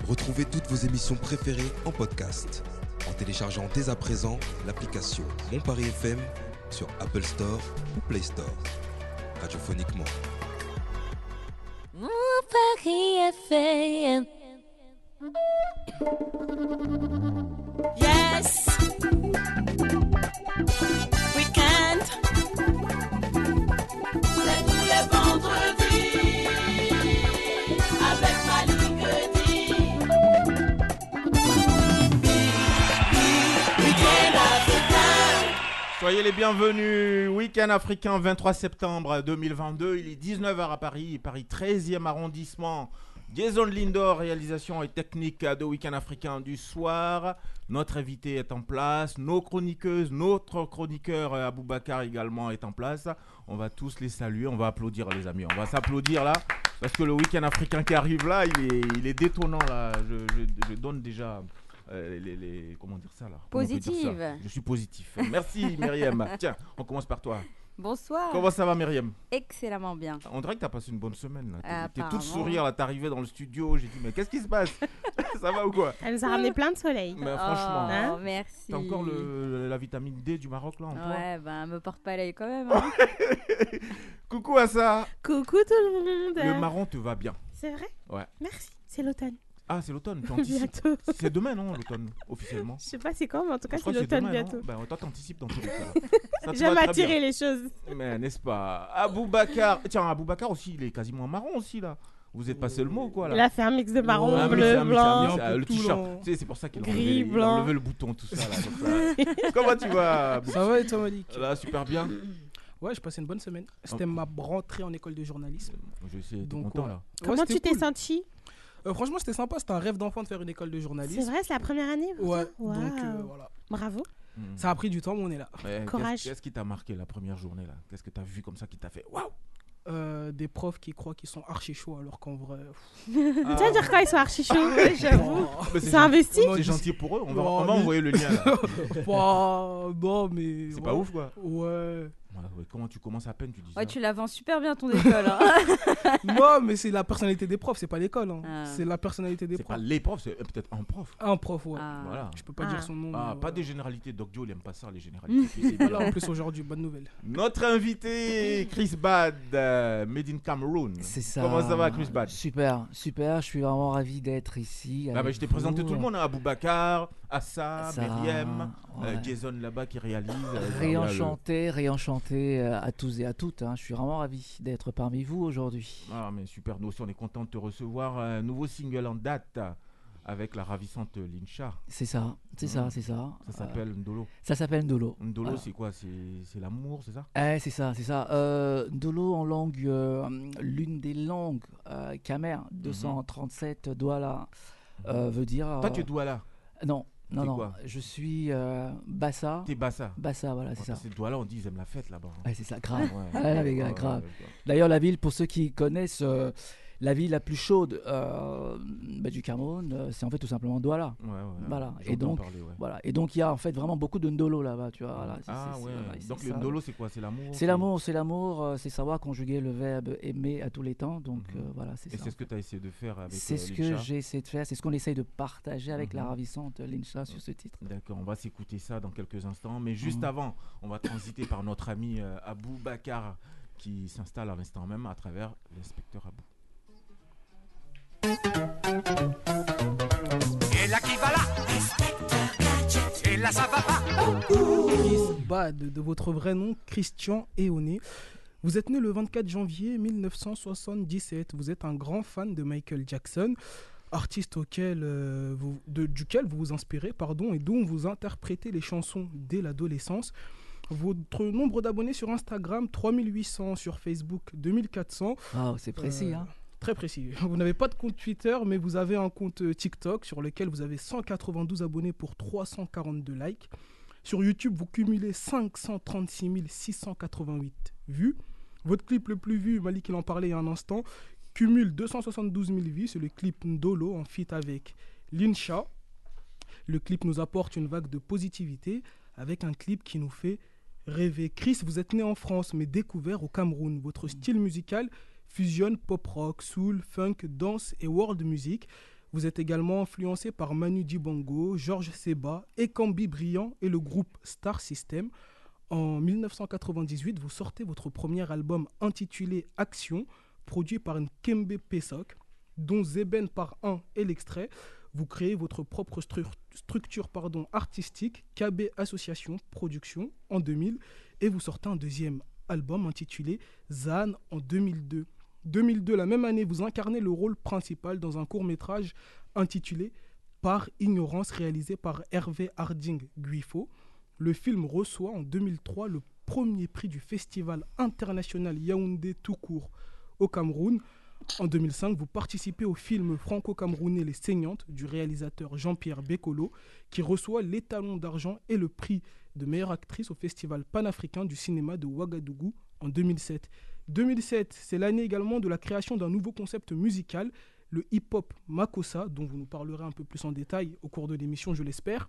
Retrouvez toutes vos émissions préférées en podcast en téléchargeant dès à présent l'application Mon Paris FM sur Apple Store ou Play Store. Radiophoniquement. Mon Paris FM. Yes. Weekend. C'est tous les vendredis avec Malik Di. Weekend africain. Soyez les bienvenus, Week-end africain 23 septembre 2022, il est 19h à Paris, Paris 13e arrondissement. Jason Lindor, réalisation et technique de Week-end africain du soir. Notre invité est en place, nos chroniqueuses, notre chroniqueur Aboubacar également est en place. On va tous les saluer, on va applaudir les amis, on va s'applaudir là. Parce que le Week-end africain qui arrive là, il est détonnant là. Je donne déjà... comment dire ça là? Positive. Ça je suis positif. Merci Myriam. Tiens, on commence par toi. Bonsoir. Comment ça va Myriam? Excellemment bien. On dirait que t'as passé une bonne semaine là. T'es toute Apparemment. sourire là, t'es arrivé dans le studio, j'ai dit mais qu'est-ce qui se passe? Ça va ou quoi? Elle nous a ramené plein de soleil. Mais franchement, Oh, merci. t'as encore la vitamine D du Maroc là en toi? Ouais, ben me porte pas l'œil quand même. Hein. Coucou à ça. Coucou tout le monde. Le marron te va bien. C'est vrai? Ouais. Merci. C'est l'automne. Ah c'est l'automne, t'anticipes. Bientôt. C'est demain non l'automne officiellement? Je sais pas c'est quand, mais en tout cas Je crois c'est que l'automne demain, bientôt. non? Bah toi t'anticipes dans tous les cas. Ça te J'aime va très attirer bien. les choses. Mais n'est-ce pas? Aboubacar. Tiens, Aboubacar aussi, il est quasiment marron aussi là. Vous êtes passé le mot ou quoi là? Il a fait un mix de marron, Ah, mais bleu, c'est un mix, blanc. le tout, t-shirt. là. Tu sais, c'est pour ça qu'il a Gris, enlevé, il a blanc. enlevé le bouton, tout ça là. Donc, comment tu vas? Ça va et toi Malik? Là, super bien. Ouais, j'ai passé une bonne semaine. C'était ma rentrée en école de journalisme. Je sais, t'es Donc, content ouais. là. Comment Ouais, tu c'était t'es cool. senti? Franchement, c'était sympa. C'était un rêve d'enfant de faire une école de C'est journalisme. vrai, c'est la première année pour Ouais, toi? donc Waouh. voilà. Bravo. Ça a pris du temps, mais on est là. Mais Courage. Qu'est-ce qui t'a marqué la première journée là? Qu'est-ce que t'as vu comme ça qui t'a fait waouh? Des profs qui croient qu'ils sont archi chauds alors qu'en vrai. Tu vas dire quoi, ils sont archi chauds? J'avoue. Ils sont investis? C'est gentil pour eux. On va Non, mais- envoyer le lien là. Non, mais. C'est ouais. pas ouf quoi. Ouais. Ouais, comment tu commences à peine tu dis Ouais, ça? tu la vends super bien ton école. Hein. Non, mais c'est la personnalité des profs, c'est pas l'école. Hein. Ah. C'est la personnalité des C'est pas profs. les profs, c'est peut-être un prof. Un prof, ouais. Ah. Voilà. Je peux pas Ah. dire son nom. Ah, mais pas ouais. des généralités. Doc Joe, il aime pas ça, les généralités. Tu sais bien. Voilà, en plus aujourd'hui, bonne nouvelle. Notre invité, Chris Bad, made in Cameroon. C'est ça. Comment ça va, Chris Bad? Super, super. Je suis vraiment ravi d'être ici. Ah bah, avec je t'ai vous. présenté tout le monde, hein. Aboubacar, Assa, Ça, Myriam, ouais. Jason là-bas qui réalise. Réenchanté à tous et à toutes. Hein. Je suis vraiment ravi d'être parmi vous aujourd'hui. Ah mais super, nous aussi on est content de te recevoir. Un nouveau single en date avec la ravissante Lincha. C'est ça, c'est ça, c'est ça. Ça s'appelle Ndolo. Ça s'appelle Ndolo. Ndolo Voilà. c'est quoi? C'est l'amour, c'est ça? C'est ça, c'est ça. Ndolo en langue, l'une des langues Khmer, 237 Douala, veut dire. Toi tu es Douala. Non, non, T'es non. quoi? Je suis Bassa. T'es Bassa. Bassa, voilà, c'est ça. C'est Douala, on dit ils aiment la fête là-bas. Ouais, c'est ça, grave. Ouais. Ouais, les gars, Ouais, grave. ouais. D'ailleurs, la ville, pour ceux qui connaissent, la ville la plus chaude du Cameroun, c'est en fait tout simplement Douala. Ouais, ouais. Voilà. J'entends Et donc, parler, ouais. voilà. Et donc, il y a en fait vraiment beaucoup de Ndolo là-bas, tu vois. Voilà. Ah ouais. voilà, Donc c'est le ça. Ndolo c'est quoi? C'est l'amour? C'est l'amour, c'est savoir conjuguer le verbe aimer à tous les temps. Donc voilà, c'est Et ça. c'est ce que tu as essayé de faire avec C'est ce que Lincha. j'ai essayé de faire, c'est ce qu'on essaye de partager avec la Mhm. ravissante Lincha sur ce titre. D'accord, on va s'écouter ça dans quelques instants. Mais juste avant, on va transiter par notre ami Aboubacar qui s'installe à l'instant même à travers l'inspecteur Abou. Et là qui va là? Et là ça va pas? Chris Bad, de votre vrai nom, Christian Eoné. Vous êtes né le 24 janvier 1977. Vous êtes un grand fan de Michael Jackson, artiste duquel vous vous inspirez, et dont vous interprétez les chansons dès l'adolescence. Votre nombre d'abonnés sur Instagram, 3800, sur Facebook, 2400. Ah, c'est précis, hein. Très précis. Vous n'avez pas de compte Twitter, mais vous avez un compte TikTok sur lequel vous avez 192 abonnés pour 342 likes. Sur YouTube, vous cumulez 536 688 vues. Votre clip le plus vu, Malik il en parlait il y a un instant, cumule 272 000 vues. C'est le clip Ndolo en feat avec Lincha. Le clip nous apporte une vague de positivité avec un clip qui nous fait rêver. Chris, vous êtes né en France mais découvert au Cameroun. Votre style musical fusionne pop rock, soul, funk, danse et world music. Vous êtes également influencé par Manu Dibango, Georges Seba, Ekambi Briand et le groupe Star System. En 1998, vous sortez votre premier album intitulé Action, produit par Nkembe Pesok, dont Zeben par 1 est l'extrait. Vous créez votre propre structure artistique, KB Association Production, en 2000, et vous sortez un deuxième album intitulé Zan en 2002. 2002, la même année, vous incarnez le rôle principal dans un court-métrage intitulé Par Ignorance, réalisé par Hervé Harding Guifo. Le film reçoit en 2003 le premier prix du Festival international Yaoundé tout court au Cameroun. En 2005, vous participez au film franco-camerounais Les Saignantes du réalisateur Jean-Pierre Bekolo, qui reçoit l'étalon d'argent et le prix de meilleure actrice au Festival panafricain du cinéma de Ouagadougou en 2007. 2007, c'est l'année également de la création d'un nouveau concept musical, le hip-hop Makossa, dont vous nous parlerez un peu plus en détail au cours de l'émission, je l'espère.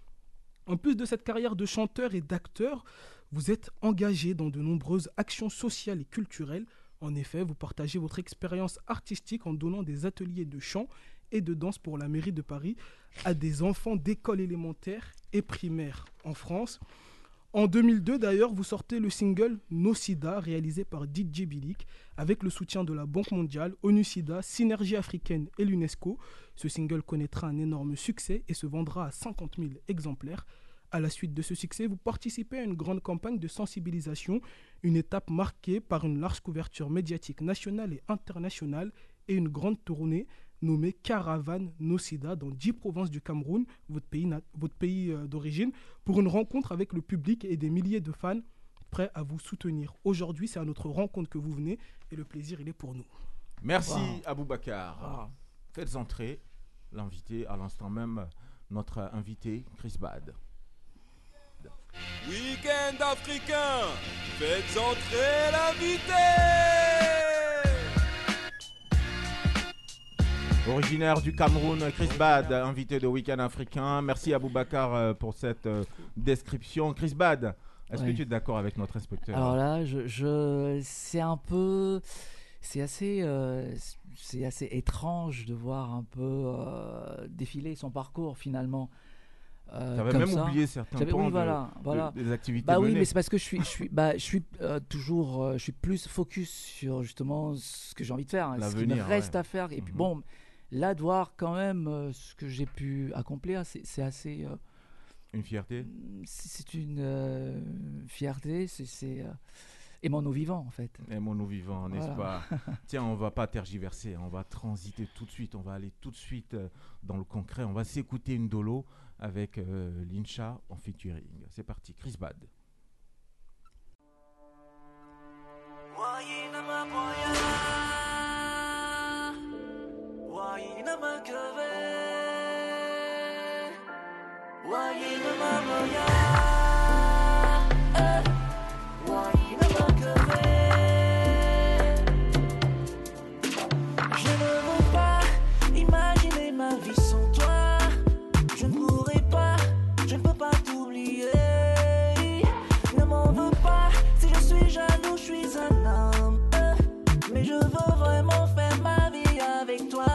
En plus de cette carrière de chanteur et d'acteur, vous êtes engagé dans de nombreuses actions sociales et culturelles. En effet, vous partagez votre expérience artistique en donnant des ateliers de chant et de danse pour la mairie de Paris à des enfants d'école élémentaire et primaire en France. En 2002, d'ailleurs, vous sortez le single Nocida, réalisé par DJ Bilik, avec le soutien de la Banque mondiale, ONU-SIDA, Synergie africaine et l'UNESCO. Ce single connaîtra un énorme succès et se vendra à 50 000 exemplaires. À la suite de ce succès, vous participez à une grande campagne de sensibilisation, une étape marquée par une large couverture médiatique nationale et internationale et une grande tournée nommée Caravane Nocida dans 10 provinces du Cameroun, votre pays d'origine, pour une rencontre avec le public et des milliers de fans prêts à vous soutenir. Aujourd'hui, c'est à notre rencontre que vous venez et le plaisir, il est pour nous. Merci Aboubacar. Faites entrer l'invité, à l'instant même, notre invité Chris Bad. Week-end africain, faites entrer l'invité. Originaire du Cameroun, Chris Bad, invité de Week-end africain. Merci Aboubacar pour cette description. Chris Bad, est-ce que tu es d'accord avec notre inspecteur? Alors là, c'est un peu... C'est assez étrange de voir un peu défiler son parcours finalement. J'avais même oublié certains points des activités menées. Oui, mais c'est parce que je suis plus focus sur justement ce que j'ai envie de faire, ce qui me reste à faire. Et puis bon, là de voir quand même ce que j'ai pu accomplir, c'est assez... une fierté. C'est une fierté, aimons-nous vivants en fait. Aimons-nous vivants, n'est-ce pas? Tiens, on va pas tergiverser, on va transiter tout de suite, on va aller tout de suite dans le concret. On va s'écouter une dolo avec Lincha en featuring. C'est parti, Chris Bad. Je ne veux pas imaginer ma vie sans toi. Je ne pourrai pas, je ne peux pas t'oublier. Ne m'en veux pas si je suis jaloux, je suis un homme. Mais je veux vraiment faire ma vie avec toi.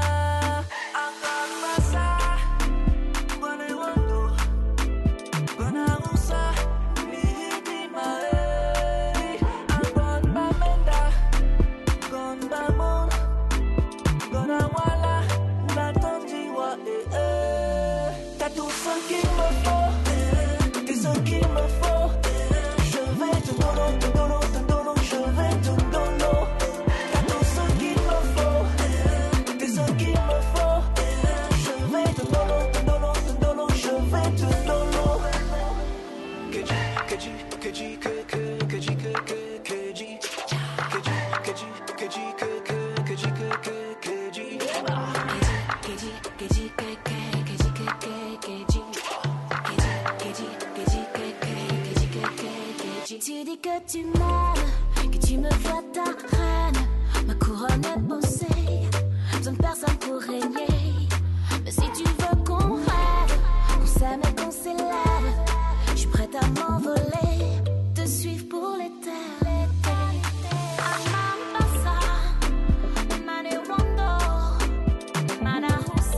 Tu dis que tu m'aimes, que tu me vois ta reine. Ma couronne est posée, besoin de personne pour régner. Mais si tu veux qu'on rêve, qu'on s'aime et qu'on s'élève, je suis prête à m'envoler, te suivre pour l'éternité. Amambasa, Manewondo, Manahusa.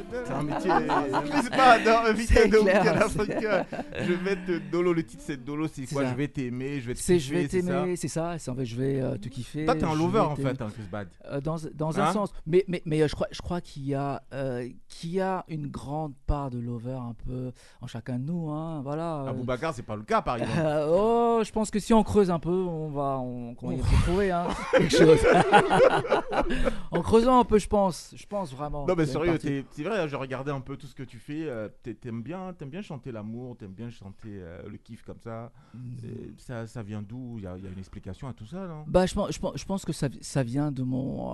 C'est un métier. Chris Bad, invité C'est de clair, Week-end c'est- Africain. Je vais te Dolo, le titre c'est Dolo, c'est quoi? ça. Je vais t'aimer, je vais te C'est kiffer, je vais c'est ça. t'aimer, c'est ça. C'est en fait je vais te kiffer. Toi, t'es un je lover vais en t'aimer. fait, hein, Chris Bad. Dans Hein? un sens, mais je crois qu'il y a une grande part de lover un peu en chacun de nous, hein, voilà. Aboubacar, c'est pas le cas par exemple. Oh, je pense que si on creuse un peu, on va y retrouver hein, quelque chose. En creusant un peu, je pense vraiment. Non mais qu'il y a une sérieux, partie- c'est vrai, j'ai regardé un peu tout ce que tu fais, t'aimes bien chanter l'amour, t'aimes bien chanter le kiff comme ça. Et ça vient d'où? Il y a une explication à tout ça, non? Bah, je pense que ça vient de mon.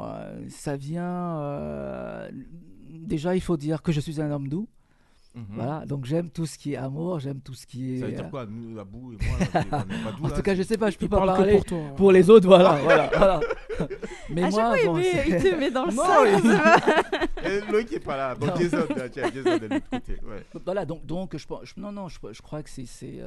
Déjà, il faut dire que je suis un homme doux. Mhm. Voilà, donc j'aime tout ce qui est amour, j'aime tout ce qui est. Ça veut dire quoi? Nous, Abou et moi, là, on est pas doux, En là, tout cas, je c'est- sais pas, je peux Il pas parle que parler pour toi. pour les autres, voilà. Mais À chaque moi, fois, bon, il c'est- te met dans le Non, sang. Et Loïc est pas là. Bon, Non. Jason, tiens, Jason de l'autre côté. Ouais. Voilà, donc je crois que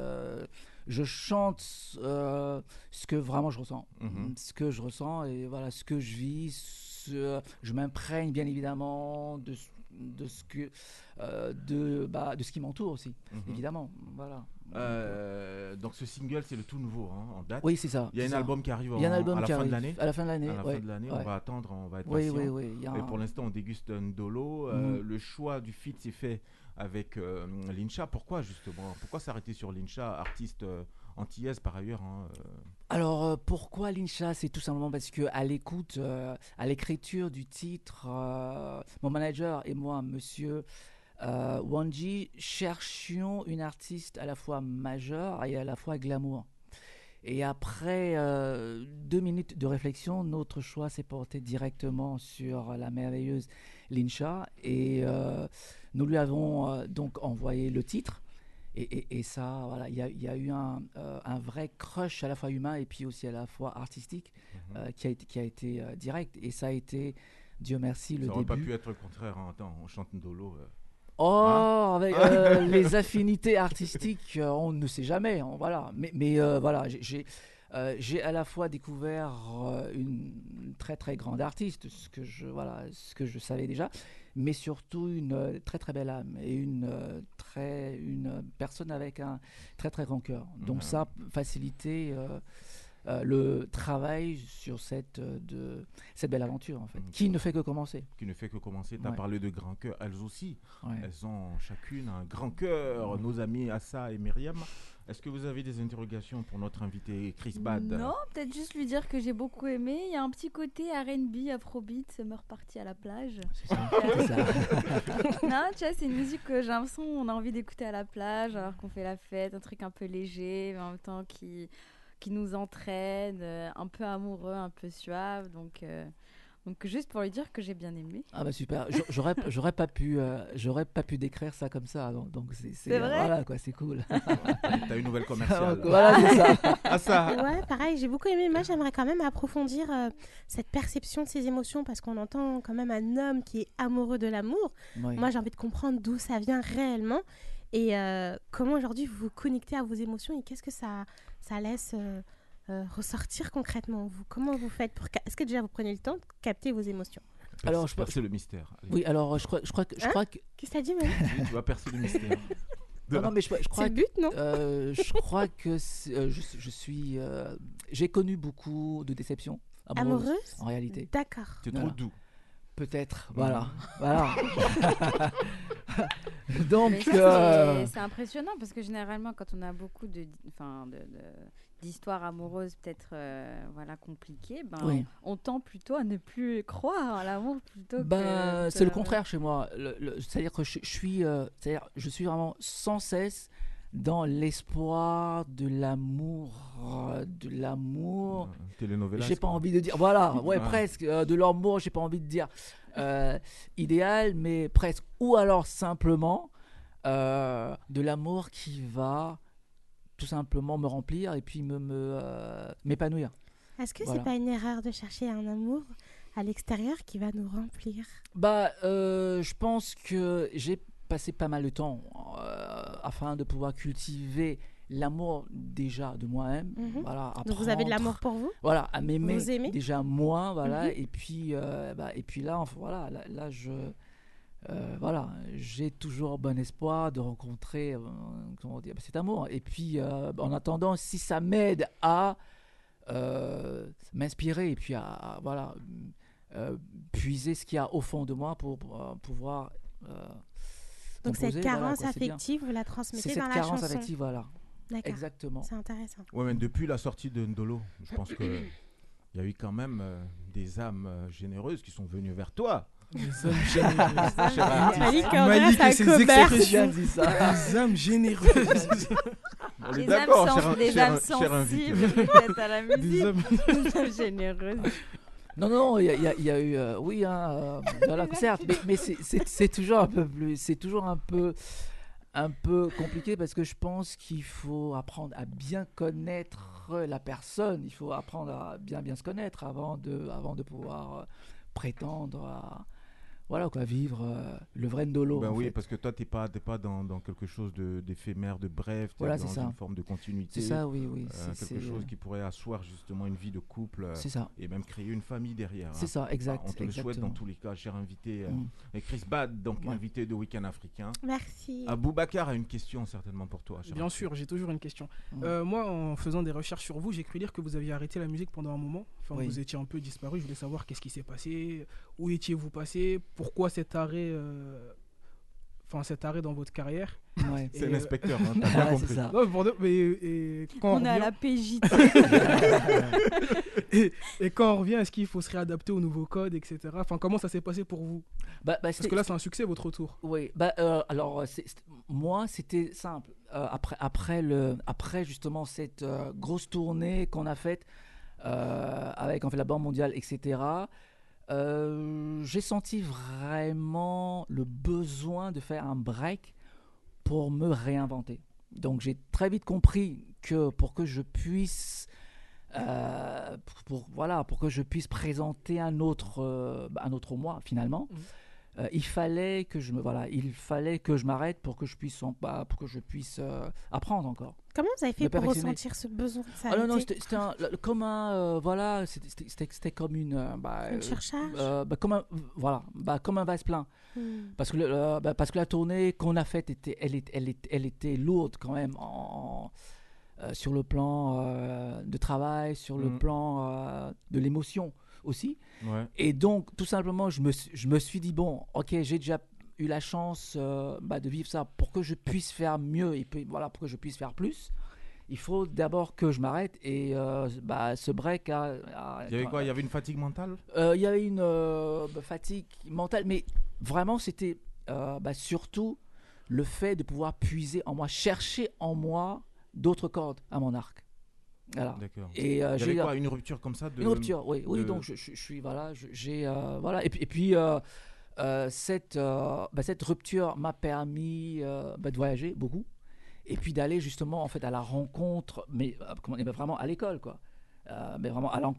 je chante ce que vraiment je ressens, Mhm. ce que je ressens et voilà ce que je vis. Je m'imprègne bien évidemment de ce que de ce qui m'entoure aussi, Mhm. évidemment. Voilà. Donc ce single, c'est le tout nouveau hein, en date. Oui, c'est ça. Il y a c'est un ça. album qui arrive Il y a un à album la qui fin de arrive l'année. à la fin de l'année. À la ouais, fin de l'année, ouais. on va attendre, on va être Oui, patient. oui. Il y a Et un- pour l'instant, on déguste un Dolo. Mhm. Le choix du feat s'est fait avec Lincha. Pourquoi justement? Pourquoi s'arrêter sur Lincha, artiste antillaise par ailleurs hein, Alors pourquoi Lincha? C'est tout simplement parce que à l'écoute, à l'écriture du titre, mon manager et moi, Monsieur Wanji, cherchions une artiste à la fois majeure et à la fois glamour. Et après 2 minutes de réflexion, notre choix s'est porté directement sur la merveilleuse Lincha et nous lui avons donc envoyé le titre. Et ça, voilà, il y a eu un vrai crush à la fois humain et puis aussi à la fois artistique qui a été direct. Et ça a été, Dieu merci, le Ça aurait pas début. pu être le contraire. Hein. Attends, on chante Dolo. Oh, Hein avec les affinités artistiques, on ne sait jamais. Voilà. Mais voilà, j'ai à la fois découvert une très très grande artiste, ce que je savais déjà, mais surtout une très très belle âme et une personne avec un très très grand cœur. Donc ça facilitait le travail sur cette belle aventure en fait, qui ne fait que commencer. Qui ne fait que commencer. Tu as Ouais. parlé de grand cœur. Elles aussi, Ouais. elles ont chacune un grand cœur. Nos amis Assa et Myriam. Est-ce que vous avez des interrogations pour notre invité Chris Bad? Non, peut-être juste lui dire que j'ai beaucoup aimé. Il y a un petit côté R&B, Afrobeat, Summer Party à la plage. C'est ça. C'est ça. Non, tu vois, c'est une musique que j'ai l'impression qu'on a envie d'écouter à la plage alors qu'on fait la fête, un truc un peu léger, mais en même temps qui nous entraîne, un peu amoureux, un peu suave. Donc juste pour lui dire que j'ai bien aimé. Ah bah super, j'aurais pas pu décrire ça comme ça, donc C'est vrai voilà quoi, c'est cool. T'as une nouvelle commerciale. Voilà, c'est ça. Assa. Ouais, pareil, j'ai beaucoup aimé. Moi, j'aimerais quand même approfondir cette perception de ses émotions parce qu'on entend quand même un homme qui est amoureux de l'amour. Oui. Moi, j'ai envie de comprendre d'où ça vient réellement et comment aujourd'hui vous vous connectez à vos émotions et qu'est-ce que ça laisse ressortir concrètement. Comment vous faites est-ce que déjà vous prenez le temps de capter vos émotions? Alors, percer le mystère. Allez. Oui, alors je crois que Qu'est-ce que t'as dit, Manu? Tu vas percer le mystère. non mais je C'est crois le but, non? je crois que j'ai connu beaucoup de déceptions amoureuses Amoureuse? en réalité. D'accord. C'est trop Voilà. doux. Peut-être, Mhm. voilà. Donc, Mais ça, c'est impressionnant parce que généralement, quand on a beaucoup d'histoires amoureuses peut-être compliquées, Oui. on tend plutôt à ne plus croire à l'amour plutôt que... c'est le contraire chez moi. C'est-à-dire que je suis vraiment sans cesse dans l'espoir de l'amour. Telenovelas. J'ai pas quoi. envie de dire, voilà, ouais, Ouais. presque, de l'amour, j'ai pas envie de dire idéal, mais presque. Ou alors simplement de l'amour qui va tout simplement me remplir et puis m'épanouir. Est-ce que Voilà. c'est pas une erreur de chercher un amour à l'extérieur qui va nous remplir? Je pense que j'ai passé pas mal de temps afin de pouvoir cultiver l'amour déjà de moi-même. Mhm. Voilà, Donc vous avez de apprendre- l'amour pour vous? Voilà, à m'aimer Vous aimez? déjà moi, voilà, Mhm. et puis là, enfin, voilà, là voilà, j'ai toujours bon espoir de rencontrer comment dire, cet amour. Et puis, en attendant, si ça m'aide à m'inspirer et puis voilà, puiser ce qu'il y a au fond de moi pour pouvoir Donc composer, cette voilà, carence quoi, c'est bien. affective, vous la C'est transmettez cette dans la carence chanson. affective, voilà. D'accord. Exactement. C'est intéressant. Ouais, mais depuis la sortie de Ndolo, je pense que il y a eu quand même des âmes généreuses qui sont venues vers toi. Les âmes généreuses. Cher artiste. Malik Malik André, et ça ses commerce. expressions. dit ça. Les âmes généreuses. On est Les d'accord, âmes, cher, des âmes cher invité. sensibles, peut-être à la Des musique. âmes. Généreuse. Non, il y a eu, oui, voilà, certes, mais c'est toujours un peu plus, c'est toujours un peu compliqué parce que je pense qu'il faut apprendre à bien connaître la personne, il faut apprendre à bien se connaître avant de pouvoir prétendre à voilà quoi, vivre le vrai Ndolo. Ben en oui, fait. parce que toi, t'es pas dans quelque chose d'éphémère, de bref, t'es Voilà, dans c'est ça. une forme de continuité. C'est ça, oui. Quelque chose qui pourrait asseoir justement une vie de couple C'est ça. et même créer une famille derrière. C'est ça, exact. On te le souhaite exactement. dans tous les cas, cher invité. Mm. Et Chris Bad, donc Ouais. invité de Week-end africain. Merci. Aboubacar a une question certainement pour toi. cher Bien invité. sûr, j'ai toujours une question. Mm. Moi, en faisant des recherches sur vous, j'ai cru lire que vous aviez arrêté la musique pendant un moment. Enfin, Oui. vous étiez un peu disparu. Je voulais savoir qu'est-ce qui s'est passé, où étiez-vous passé, pourquoi cet arrêt, cet arrêt dans votre carrière. Ouais. C'est Et, l'inspecteur, hein, t'as bien Ouais, compris. c'est ça. Non, et quand On est à la revient- PJT. et quand on revient, est-ce qu'il faut se réadapter au nouveau code, etc. Enfin, comment ça s'est passé pour vous? Bah, Parce que là, c'est un succès votre retour. Oui, alors moi c'était simple. Après justement cette grosse tournée qu'on a faite avec la Banque mondiale, etc. J'ai senti vraiment le besoin de faire un break pour me réinventer. Donc j'ai très vite compris que pour que je puisse pour que je puisse présenter un autre moi finalement. Il fallait que je m'arrête pour que je puisse apprendre encore. Comment vous avez fait Me pour perfectionner. ressentir ce besoin de Ah non, s'arrêter? c'était comme c'était comme une Une surcharge? comme un vase plein. Parce que la tournée qu'on a faite elle était lourde quand même sur le plan de travail, sur le plan de l'émotion aussi. Ouais. Et donc, tout simplement, je me suis dit, bon, ok, j'ai déjà eu la chance de vivre ça. Pour que je puisse faire mieux et puis, voilà, pour que je puisse faire plus, il faut d'abord que je m'arrête. Et ce break Il y avait quoi? Il y avait une fatigue mentale? il y avait une fatigue mentale, mais vraiment, c'était surtout le fait de pouvoir puiser en moi, chercher en moi d'autres cordes à mon arc. Voilà. D'accord. Et Il y avait j'ai quoi? Une rupture comme ça une rupture, oui, de- donc je suis j'ai voilà et puis cette rupture m'a permis de voyager beaucoup et puis d'aller justement en fait à la rencontre, mais vraiment à l'école quoi, mais vraiment à la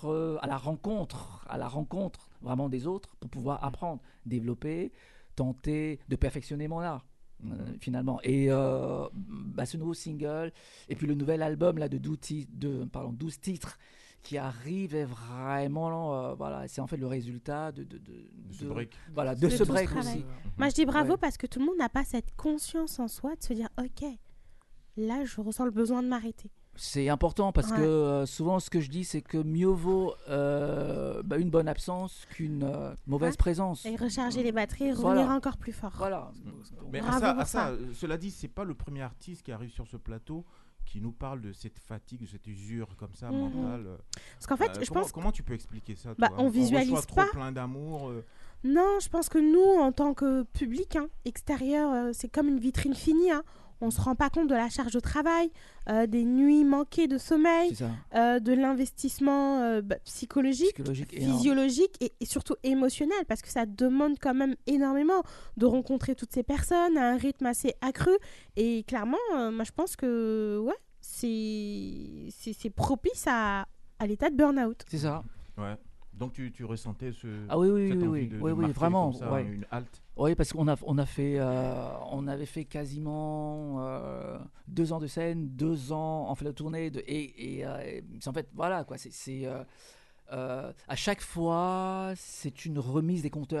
rencontre vraiment des autres pour pouvoir apprendre, développer, tenter de perfectionner mon art. Finalement et ce nouveau single et puis le nouvel album là de 12 titres qui arrive est vraiment c'est en fait le résultat de ce break. voilà de De ce tout ce break travail. aussi. Moi, je dis bravo Ouais. parce que tout le monde n'a pas cette conscience en soi de se dire ok, là, je ressens le besoin de m'arrêter. C'est important parce Ouais. que souvent ce que je dis c'est que mieux vaut une bonne absence qu'une mauvaise Ouais. présence. Et recharger les batteries et Voilà. revenir encore plus fort. Voilà. Mais Bravo à pour ça, ça. cela dit, c'est pas le premier artiste qui arrive sur ce plateau qui nous parle de cette fatigue, de cette usure comme ça Mhm. mentale. Parce qu'en fait, je pense Comment tu peux expliquer ça? Bah, toi on visualise reçoit trop pas. plein d'amour. Non, je pense que nous, en tant que public extérieur, c'est comme une vitrine finie. On ne se rend pas compte de la charge de travail, des nuits manquées de sommeil, C'est ça. de l'investissement psychologique, Psychologique énorme. physiologique et surtout émotionnel, parce que ça demande quand même énormément de rencontrer toutes ces personnes à un rythme assez accru. Et clairement, moi, je pense que ouais, c'est propice à l'état de burn-out. C'est ça. Ouais. Donc tu ressentais Ah oui, cette oui, envie oui, de oui, marquer vraiment, comme ça, ouais. une halte. Oui, parce qu'on avait fait quasiment 2 ans de scène, 2 ans en fait de tournée, c'est en fait voilà quoi, à chaque fois c'est une remise des compteurs.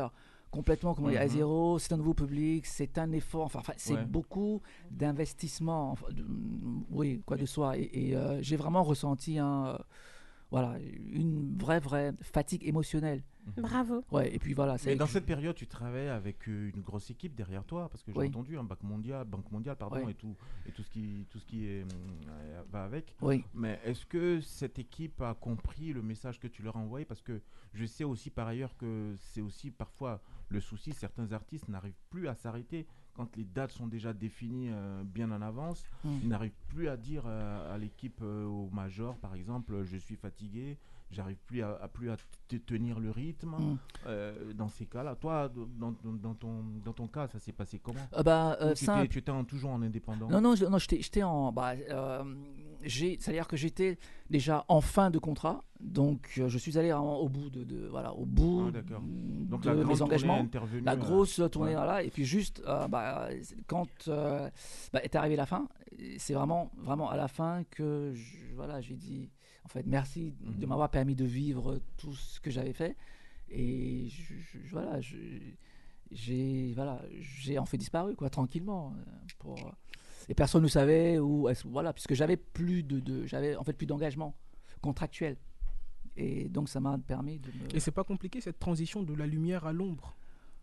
complètement comment dire, à Mhm. zéro. C'est un nouveau public, c'est un effort. Enfin, c'est Ouais. beaucoup d'investissement, oui, quoi de soi. Et j'ai vraiment ressenti voilà, une vraie fatigue émotionnelle. Bravo. Ouais, et puis voilà. Mais dans que cette période, tu travaillais avec une grosse équipe derrière toi, parce que j'ai Oui. entendu Banque mondiale, pardon, Oui. et tout ce qui est, va avec. Oui. Mais est-ce que cette équipe a compris le message que tu leur as envoyé? Parce que je sais aussi par ailleurs que c'est aussi parfois le souci, certains artistes n'arrivent plus à s'arrêter quand les dates sont déjà définies bien en avance. Ils n'arrivent plus à dire à l'équipe, au major par exemple, je suis fatigué, j'arrive plus à tenir le rythme. Dans ces cas-là, toi, dans ton cas, ça s'est passé comment? Ou tu étais toujours en indépendant? Non, j'étais en. C'est-à-dire que j'étais déjà en fin de contrat, donc je suis allé vraiment au bout au bout Ah, d'accord. Donc de la grande mes tournée engagements. est intervenue, La grosse tournée, ouais. voilà. Et puis juste, quand est arrivée la fin, c'est vraiment à la fin que j'ai dit, en fait, merci de m'avoir permis de vivre tout ce que j'avais fait. Et j'ai en fait disparu, quoi, tranquillement. Et personne ne savait puisque j'avais plus j'avais en fait plus d'engagement contractuel. Et donc ça m'a permis de me... Et c'est pas compliqué cette transition de la lumière à l'ombre?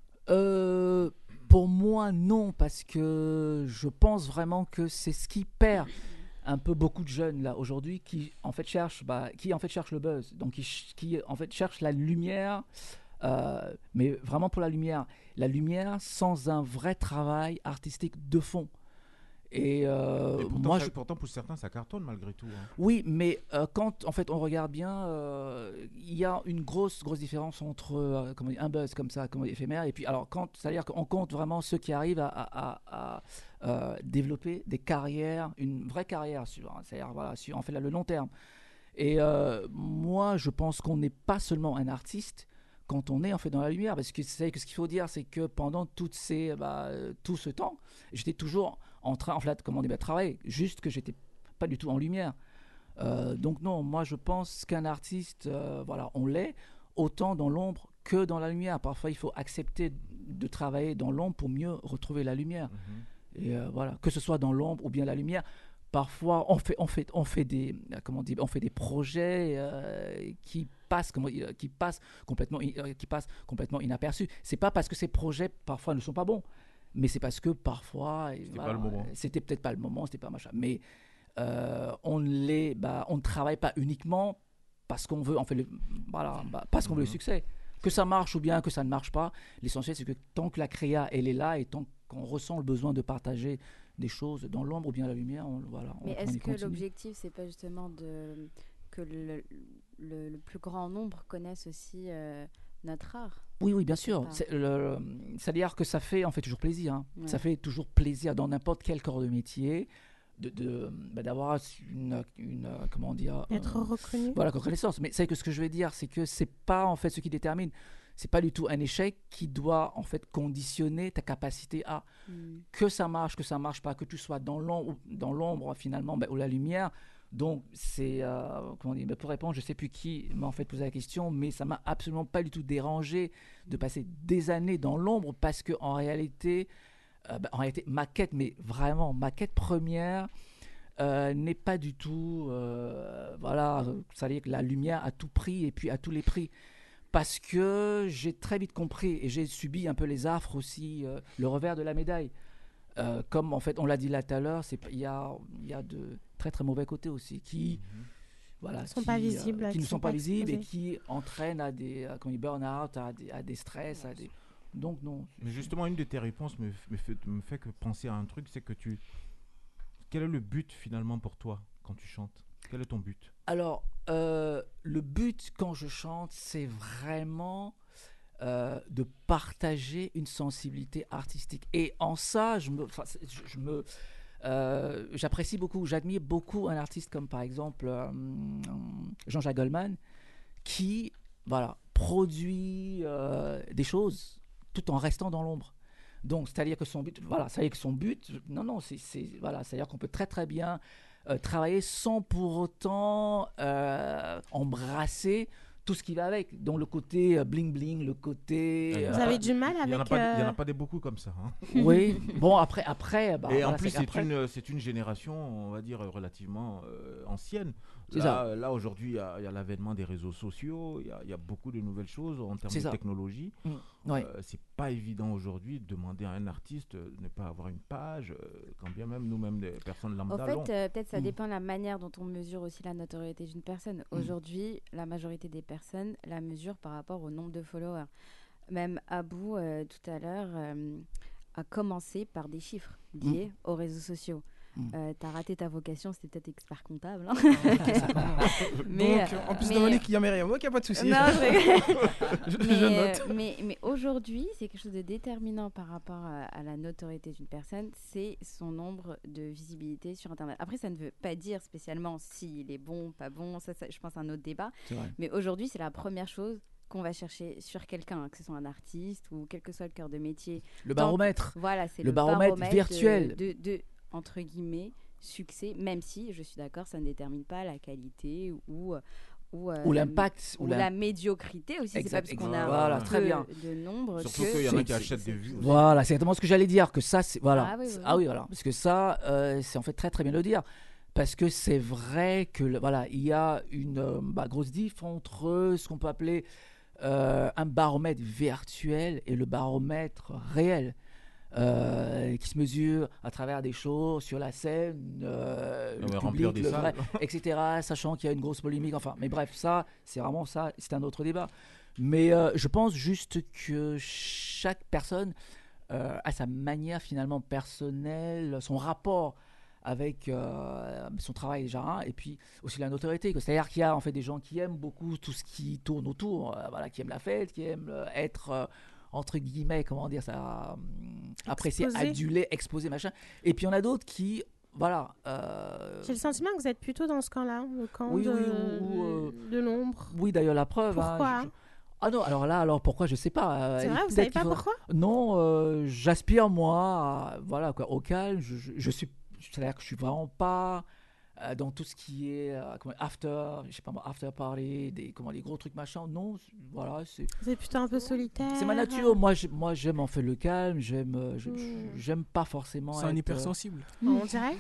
Pour moi, non, parce que je pense vraiment que c'est ce qui perd un peu beaucoup de jeunes là aujourd'hui qui en fait cherchent le buzz, donc qui en fait cherchent la lumière, mais vraiment pour la lumière sans un vrai travail artistique de fond. Et pourtant, pour certains, ça cartonne malgré tout. Hein. Oui, mais quand en fait on regarde bien, il y a une grosse différence entre un buzz comme ça, éphémère, et puis c'est-à-dire qu'on compte vraiment ceux qui arrivent à développer des carrières, une vraie carrière, c'est-à-dire sur en fait le long terme. Et moi, je pense qu'on n'est pas seulement un artiste quand on est en fait dans la lumière, parce que ce qu'il faut dire, c'est que pendant tout ce temps, j'étais toujours en train de travailler, juste que j'étais pas du tout en lumière. Donc non, moi je pense qu'un artiste, on l'est autant dans l'ombre que dans la lumière. Parfois il faut accepter de travailler dans l'ombre pour mieux retrouver la lumière. Et que ce soit dans l'ombre ou bien la lumière. Parfois on fait des projets qui passent complètement inaperçus. C'est pas parce que ces projets parfois ne sont pas bons, mais c'est parce que parfois c'était peut-être pas le moment, c'était pas machin. Mais on ne travaille pas uniquement parce qu'on veut parce qu'on veut le succès. Que ça marche ou bien que ça ne marche pas, l'essentiel c'est que tant que la créa elle est là et tant qu'on ressent le besoin de partager des choses dans l'ombre ou bien la lumière, mais est-ce que l'objectif c'est pas justement que le plus grand nombre connaisse aussi notre art? Oui, bien sûr. C'est-à-dire que ça fait en fait toujours plaisir. Hein. Ouais. Ça fait toujours plaisir dans n'importe quel corps de métier d'avoir une comment dire, Être reconnu. Voilà, reconnaissance. Mais c'est que ce que je vais dire, c'est que c'est pas en fait ce qui détermine. C'est pas du tout un échec qui doit en fait conditionner ta capacité à que ça marche pas, que tu sois dans l'ombre finalement ou la lumière. Donc c'est pour répondre, je sais plus qui m'a en fait posé la question, mais ça m'a absolument pas du tout dérangé de passer des années dans l'ombre parce que en réalité ma quête première n'est pas du tout c'est-à-dire que la lumière à tout prix et puis à tous les prix. Parce que j'ai très vite compris et j'ai subi un peu les affres aussi, le revers de la médaille. Comme en fait on l'a dit là tout à l'heure, il y a de très très mauvais côtés aussi qui ne sont pas visibles et qui entraînent à des burn-out, à des stress, donc non. Mais justement, une de tes réponses me fait penser à un truc, c'est que quel est le but finalement pour toi quand tu chantes? Quel est ton but? Alors, le but quand je chante, c'est vraiment de partager une sensibilité artistique. Et en ça, j'apprécie beaucoup, j'admire beaucoup un artiste comme par exemple Jean-Jacques Goldman, qui produit des choses tout en restant dans l'ombre. Donc, c'est-à-dire que son but, c'est-à-dire qu'on peut très très bien travailler sans pour autant embrasser tout ce qui va avec, dont le côté bling bling, le côté. Vous avez du mal Il n'y en, avec. a pas des beaucoup comme ça. Hein. Oui. Bon après. Et voilà, en plus, qu'après- c'est une génération, on va dire, relativement ancienne. C'est Là aujourd'hui, il y a l'avènement des réseaux sociaux, il y a beaucoup de nouvelles choses en termes C'est de ça. technologie. Ouais. C'est pas évident aujourd'hui de demander à un artiste de ne pas avoir une page, quand bien même nous-mêmes, des personnes Au lambda fait, l'ont. peut-être ça Mm. dépend de la manière dont on mesure aussi la notoriété d'une personne. Aujourd'hui, la majorité des personnes la mesurent par rapport au nombre de followers. Même Abou, tout à l'heure, a commencé par des chiffres liés aux réseaux sociaux. T'as raté ta vocation, c'était peut-être expert comptable. Hein. Donc, en plus, Dominique, il n'y a rien. Moi, il n'y a pas de souci. Non, je note. mais aujourd'hui, c'est quelque chose de déterminant par rapport à la notoriété d'une personne, c'est son nombre de visibilité sur Internet. Après, ça ne veut pas dire spécialement s'il est bon, pas bon, ça je pense, c'est un autre débat. C'est vrai. Mais aujourd'hui, c'est la première chose qu'on va chercher sur quelqu'un, que ce soit un artiste ou quel que soit le cœur de métier. Le baromètre. Voilà, c'est Le baromètre virtuel. de entre guillemets, succès, même si, je suis d'accord, ça ne détermine pas la qualité ou l'impact. ou la médiocrité aussi. C'est pas parce qu'on a Voilà, peu très bien. de nombre Surtout que... qu'il y en a qui achètent des vues. Voilà, c'est exactement ce que j'allais dire, que ça, c'est... Voilà. Ah oui, oui, oui. Ah oui, voilà. Parce que ça, c'est en fait très très bien de le dire. Parce que c'est vrai que, voilà, il y a une grosse diff entre ce qu'on peut appeler un baromètre virtuel et le baromètre réel. Qui se mesure à travers des shows sur la scène, le remplir public, des le vrai, salles. etc. Sachant qu'il y a une grosse polémique. Enfin, mais bref, ça, c'est vraiment ça. C'est un autre débat. Mais je pense juste que chaque personne a sa manière finalement personnelle, son rapport avec son travail déjà, hein, et puis aussi la notoriété. C'est-à-dire qu'il y a en fait des gens qui aiment beaucoup tout ce qui tourne autour, voilà, qui aiment la fête, qui aiment être entre guillemets, comment dire ça, apprécié, Exposé. adulé, exposé, machin. Et puis il y en a d'autres qui, voilà. J'ai le sentiment que vous êtes plutôt dans ce camp-là, le camp Oui, de, oui, de l'ombre. Oui, d'ailleurs la preuve. Pourquoi Ah non, alors pourquoi, je sais pas. C'est vrai, vous peut-être savez qu'il pas faut- pourquoi Non, j'aspire moi, voilà quoi, au calme. Je suis, c'est-à-dire que je suis vraiment pas dans tout ce qui est after party, les gros trucs machin. Non, voilà, c'est. Vous êtes plutôt un peu solitaire. C'est ma nature. Moi, j'aime en fait le calme. J'aime pas forcément. C'est un être, hypersensible. On dirait.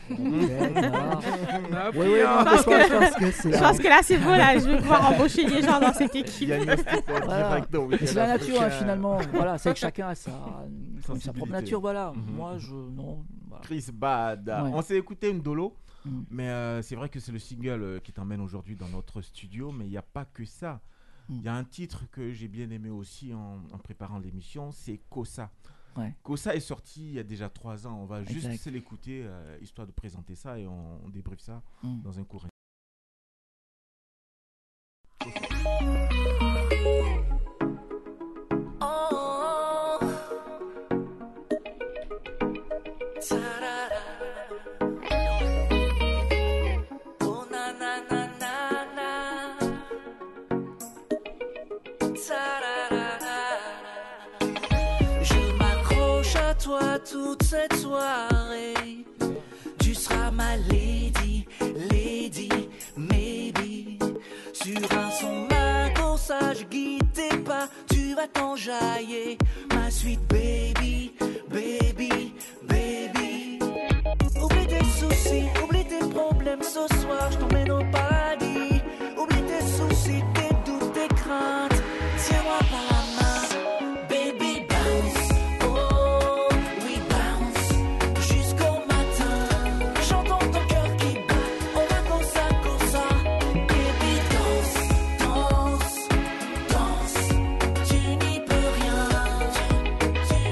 Oui, oui, non, pense que- je pense que c'est. Je pense que là, c'est beau, là. Je vais pouvoir embaucher des gens dans cette Il équipe. y a une hostilité Voilà. directe au week-end C'est la nature, hein, africain. finalement. Voilà, c'est que chacun a sa Sensibilité. propre nature. Voilà. Mhm. Moi, non. Voilà. Chris Bad. Ouais. On s'est écouté une dolo, Mm. mais c'est vrai que c'est le single qui t'emmène aujourd'hui dans notre studio, mais il n'y a pas que ça. Il y a un titre que j'ai bien aimé aussi en préparant l'émission, c'est Kosa. Ouais. Kosa est sorti il y a déjà 3 ans. On va juste Exact. se l'écouter, histoire de présenter ça, et on débriefe ça Mm. dans un court. Oh, ta-da-da. Oh, na na na na na. Ta-da-da-da. Je m'accroche à toi toute cette soirée. Tu seras ma lady, maybe. Sur un son mago, ça je guide tes pas. Tu vas t'enjailler, ma sweet baby, baby, baby. Oublie tes soucis, oublie tes problèmes. Ce soir, je t'emmène au paradis. Oublie tes soucis, tes doutes, tes craintes. Tiens-moi par la main, baby bounce. Oh, we bounce jusqu'au matin. J'entends ton cœur qui bat. On va comme ça, baby danse, danse, danse. Tu n'y peux rien, tu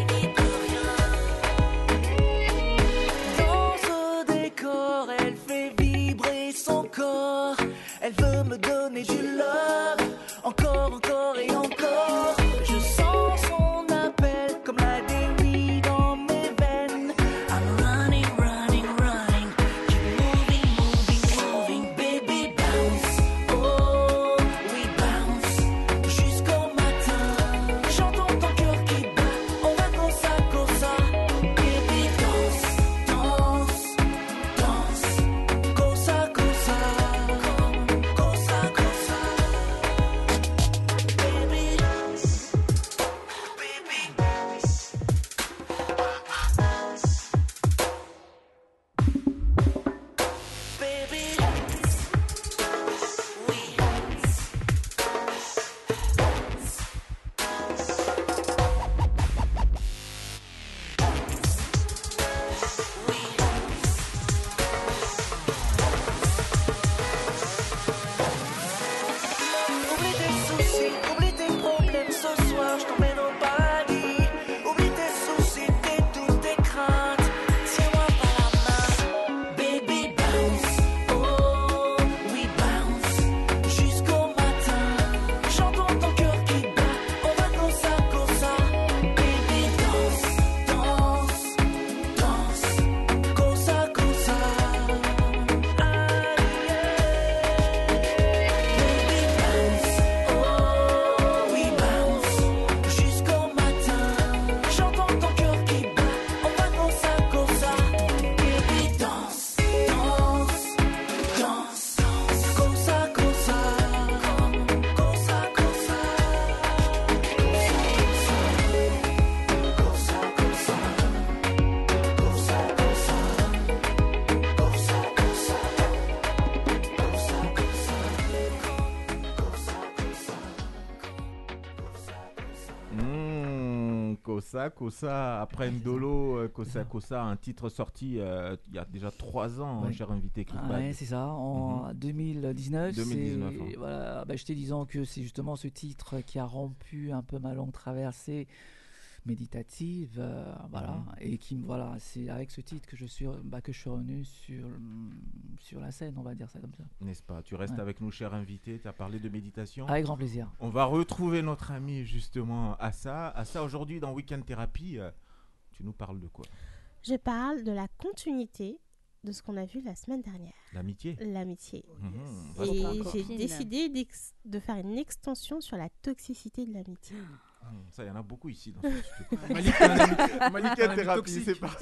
Kossa, après Ndolo, Kossa, un titre sorti il y a déjà 3 ans, Ouais. cher invité Chris Bad. Ouais, c'est ça, en 2019. 2019, c'est- hein. Voilà, je t'ai disant que c'est justement ce titre qui a rompu un peu ma longue traversée méditative, voilà, et qui, voilà, c'est avec ce titre que je suis revenu sur la scène, on va dire ça comme ça. N'est-ce pas? Tu restes Ouais. avec nous, cher invité, tu as parlé de méditation. Avec grand plaisir. On va retrouver notre ami justement Assa. Assa, aujourd'hui dans Weekend Thérapie, tu nous parles de quoi? Je parle de la continuité de ce qu'on a vu la semaine dernière, L'amitié. l'amitié. Mhm. Et Vaste j'ai copine. décidé de faire une extension sur la toxicité de l'amitié. Ça, il y en a beaucoup ici dans ce studio. Malika, un ami Weekend Thérapie, toxique. c'est parti.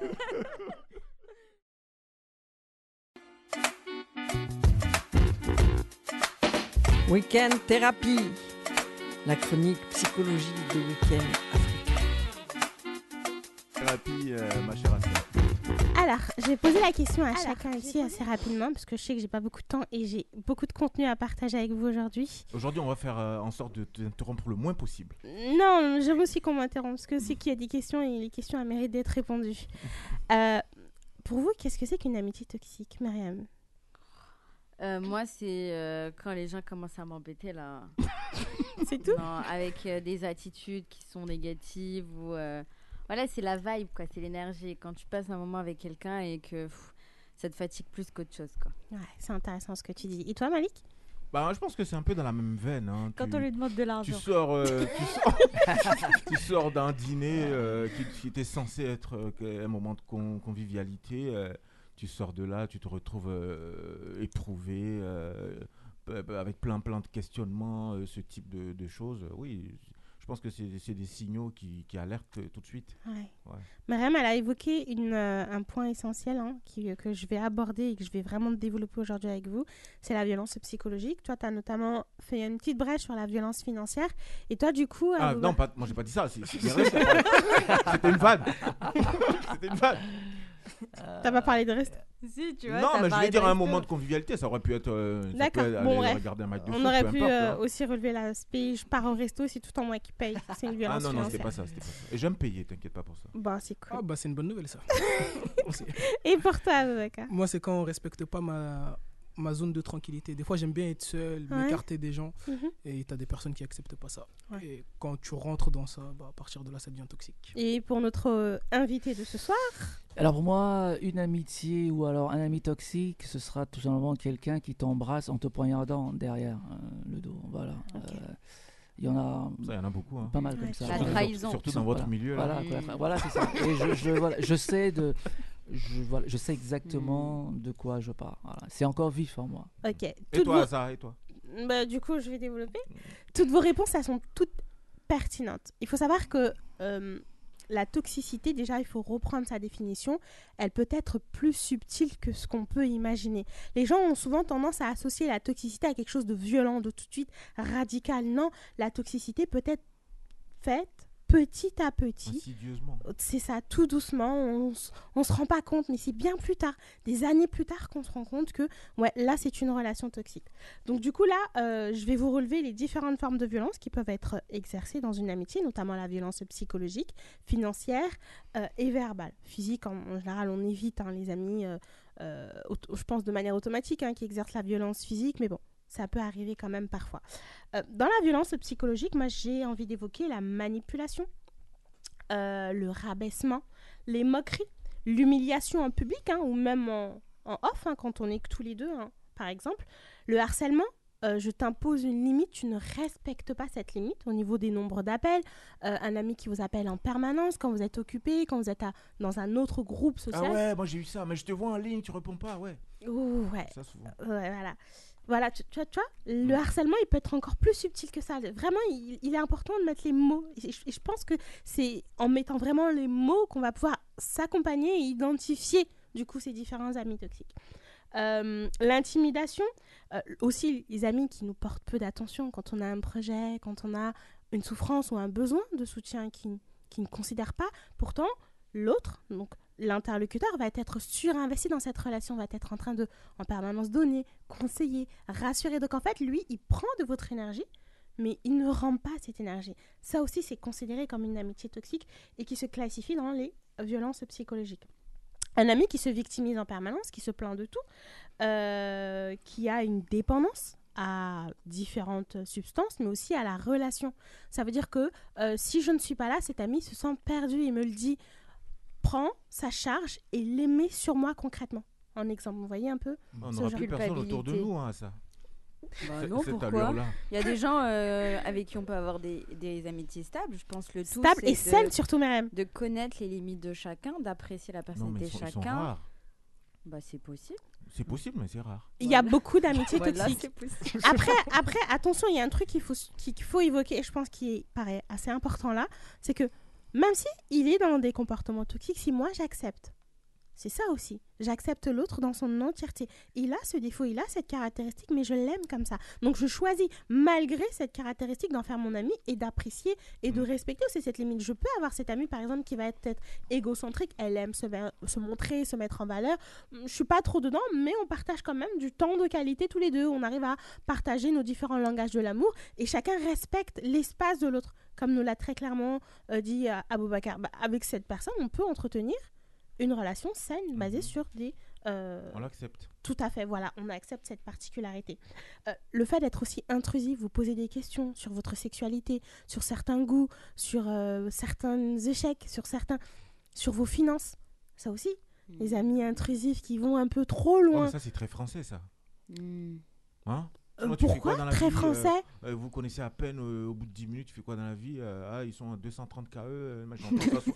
Week-end thérapie, la chronique psychologique de Week-end Africain. Thérapie, ma chère Assa. Alors, je vais poser la question à chacun ici assez rapidement parce que je sais que j'ai pas beaucoup de temps et j'ai beaucoup de contenu à partager avec vous aujourd'hui. Aujourd'hui, on va faire en sorte de t'interrompre le moins possible. Non, j'aime aussi qu'on m'interrompt parce que c'est qu'il y a des questions et les questions elles méritent d'être répondues. Pour vous, qu'est-ce que c'est qu'une amitié toxique, Myriam? Moi, c'est quand les gens commencent à m'embêter, là. C'est tout? Non, avec des attitudes qui sont négatives ou... Voilà, c'est la vibe, quoi. C'est l'énergie. Quand tu passes un moment avec quelqu'un et que ça te fatigue plus qu'autre chose, quoi. Ouais, c'est intéressant ce que tu dis. Et toi, Malik? Bah, je pense que c'est un peu dans la même veine. Hein. Quand on lui demande de tu l'argent. sors, tu sors d'un dîner qui était censé être un moment de convivialité. Tu sors de là, tu te retrouves éprouvé, avec plein de questionnements, ce type de choses. Oui, je pense que c'est des signaux qui alertent tout de suite. Ouais. Ouais. Myriam, elle a évoqué un point essentiel que je vais aborder et que je vais vraiment développer aujourd'hui avec vous. C'est la violence psychologique. Toi, tu as notamment fait une petite brèche sur la violence financière. Et toi, du coup... Ah non, moi j'ai pas dit ça. C'était une vanne. C'était une vanne. T'as pas parlé de reste? Si, tu vois. Non, t'as mais je parlé voulais dire de un resto. moment de convivialité. Ça aurait pu être. Ça D'accord. peut Bon, aller bref. regarder un match de foot. On aurait peu pu importe, hein. aussi relever l'aspect je pars au resto, c'est tout en moi qui paye. C'est une Ah violence non, non, c'était financière. pas ça. C'était pas ça. Et j'aime payer, t'inquiète pas pour ça. Bon, c'est cool. Ah bah c'est une bonne nouvelle ça. Et pour toi, Boubacar? Moi c'est quand on respecte pas ma zone de tranquillité. Des fois j'aime bien être seul, Ouais. m'écarter des gens Mhm. et t'as des personnes qui acceptent pas ça. Ouais. Et quand tu rentres dans ça, bah, à partir de là ça devient toxique. Et pour notre invité de ce soir? Alors pour moi, une amitié ou alors un ami toxique, ce sera tout simplement quelqu'un qui t'embrasse en te poignardant derrière le dos. Voilà. Ok. Il y en a Ça, il y en a beaucoup. Hein. pas mal Ouais, comme ça. La Voilà. trahison. Surtout dans votre Voilà. milieu. Là. Voilà, quoi, voilà, c'est ça. Et je sais je sais exactement de quoi je parle. Voilà. C'est encore vif en moi. Ok. Et Toutes toi, vos- ça, et toi? Bah, du coup, je vais développer. Toutes vos réponses, elles sont toutes pertinentes. Il faut savoir que la toxicité, déjà, il faut reprendre sa définition. Elle peut être plus subtile que ce qu'on peut imaginer. Les gens ont souvent tendance à associer la toxicité à quelque chose de violent, de tout de suite radical. Non, la toxicité peut être faite petit à petit. Insidieusement. C'est ça, tout doucement, on se rend pas compte, mais c'est bien plus tard, des années plus tard qu'on se rend compte que, ouais, là, c'est une relation toxique. Donc, du coup, là, je vais vous relever les différentes formes de violence qui peuvent être exercées dans une amitié, notamment la violence psychologique, financière et verbale. Physique, en général, on évite, hein, les amis, je pense de manière automatique, hein, qui exercent la violence physique, mais bon, ça peut arriver quand même parfois. Dans la violence psychologique, moi, j'ai envie d'évoquer la manipulation, le rabaissement, les moqueries, l'humiliation en public, hein, ou même en off, hein, quand on est que tous les deux, hein, par exemple. Le harcèlement, je t'impose une limite, tu ne respectes pas cette limite au niveau des nombres d'appels. Un ami qui vous appelle en permanence quand vous êtes occupé, quand vous êtes dans un autre groupe social. Ah ouais, moi j'ai eu ça, mais je te vois en ligne, tu réponds pas, ouais. Ouh, ouais. Ça souvent. Ouais, voilà. Voilà, tu vois, le harcèlement, il peut être encore plus subtil que ça. Vraiment, il est important de mettre les mots. Et je pense que c'est en mettant vraiment les mots qu'on va pouvoir s'accompagner et identifier, du coup, ces différents amis toxiques. L'intimidation, aussi les amis qui nous portent peu d'attention quand on a un projet, quand on a une souffrance ou un besoin de soutien qui ne considèrent pas. Pourtant, l'autre, donc l'interlocuteur, va être surinvesti dans cette relation, va être en train de, en permanence, donner, conseiller, rassurer. Donc en fait, lui, il prend de votre énergie mais il ne rend pas cette énergie. Ça aussi, c'est considéré comme une amitié toxique et qui se classifie dans les violences psychologiques. Un ami qui se victimise en permanence, qui se plaint de tout, qui a une dépendance à différentes substances, mais aussi à la relation. Ça veut dire que si je ne suis pas là, cet ami se sent perdu et me le dit, prend sa charge et les met sur moi concrètement. En exemple, vous voyez un peu On n'aura plus personne autour de nous à ça. Bah non, pourquoi ? Il y a des gens avec qui on peut avoir des amitiés stables. Je pense le tout stable et saine surtout même. De connaître les limites de chacun, d'apprécier la personnalité de chacun. Ils sont rares. Bah c'est possible. C'est possible, mais c'est rare. Il y a beaucoup d'amitiés toxiques. Après, attention, il y a un truc qu'il faut évoquer, et je pense qu'il paraît assez important là, c'est que même si il est dans des comportements toxiques, si moi j'accepte, c'est ça aussi. J'accepte l'autre dans son entièreté. Il a ce défaut, il a cette caractéristique, mais je l'aime comme ça. Donc je choisis, malgré cette caractéristique, d'en faire mon ami et d'apprécier et de respecter aussi cette limite. Je peux avoir cette amie, par exemple, qui va être peut-être égocentrique. Elle aime se montrer, se mettre en valeur. Je suis pas trop dedans, mais on partage quand même du temps de qualité tous les deux. On arrive à partager nos différents langages de l'amour et chacun respecte l'espace de l'autre. Comme nous l'a très clairement dit Aboubacar. Avec cette personne, on peut entretenir une relation saine basée sur des... On l'accepte. Tout à fait, voilà, on accepte cette particularité. Le fait d'être aussi intrusif, vous posez des questions sur votre sexualité, sur certains goûts, sur certains échecs, sur vos finances, ça aussi. Les amis intrusifs qui vont un peu trop loin. Mais ça, c'est très français, ça. Hein ? Pourquoi très français vous connaissez à peine au bout de 10 minutes, tu fais quoi dans la vie ils sont à 230 KE, c'est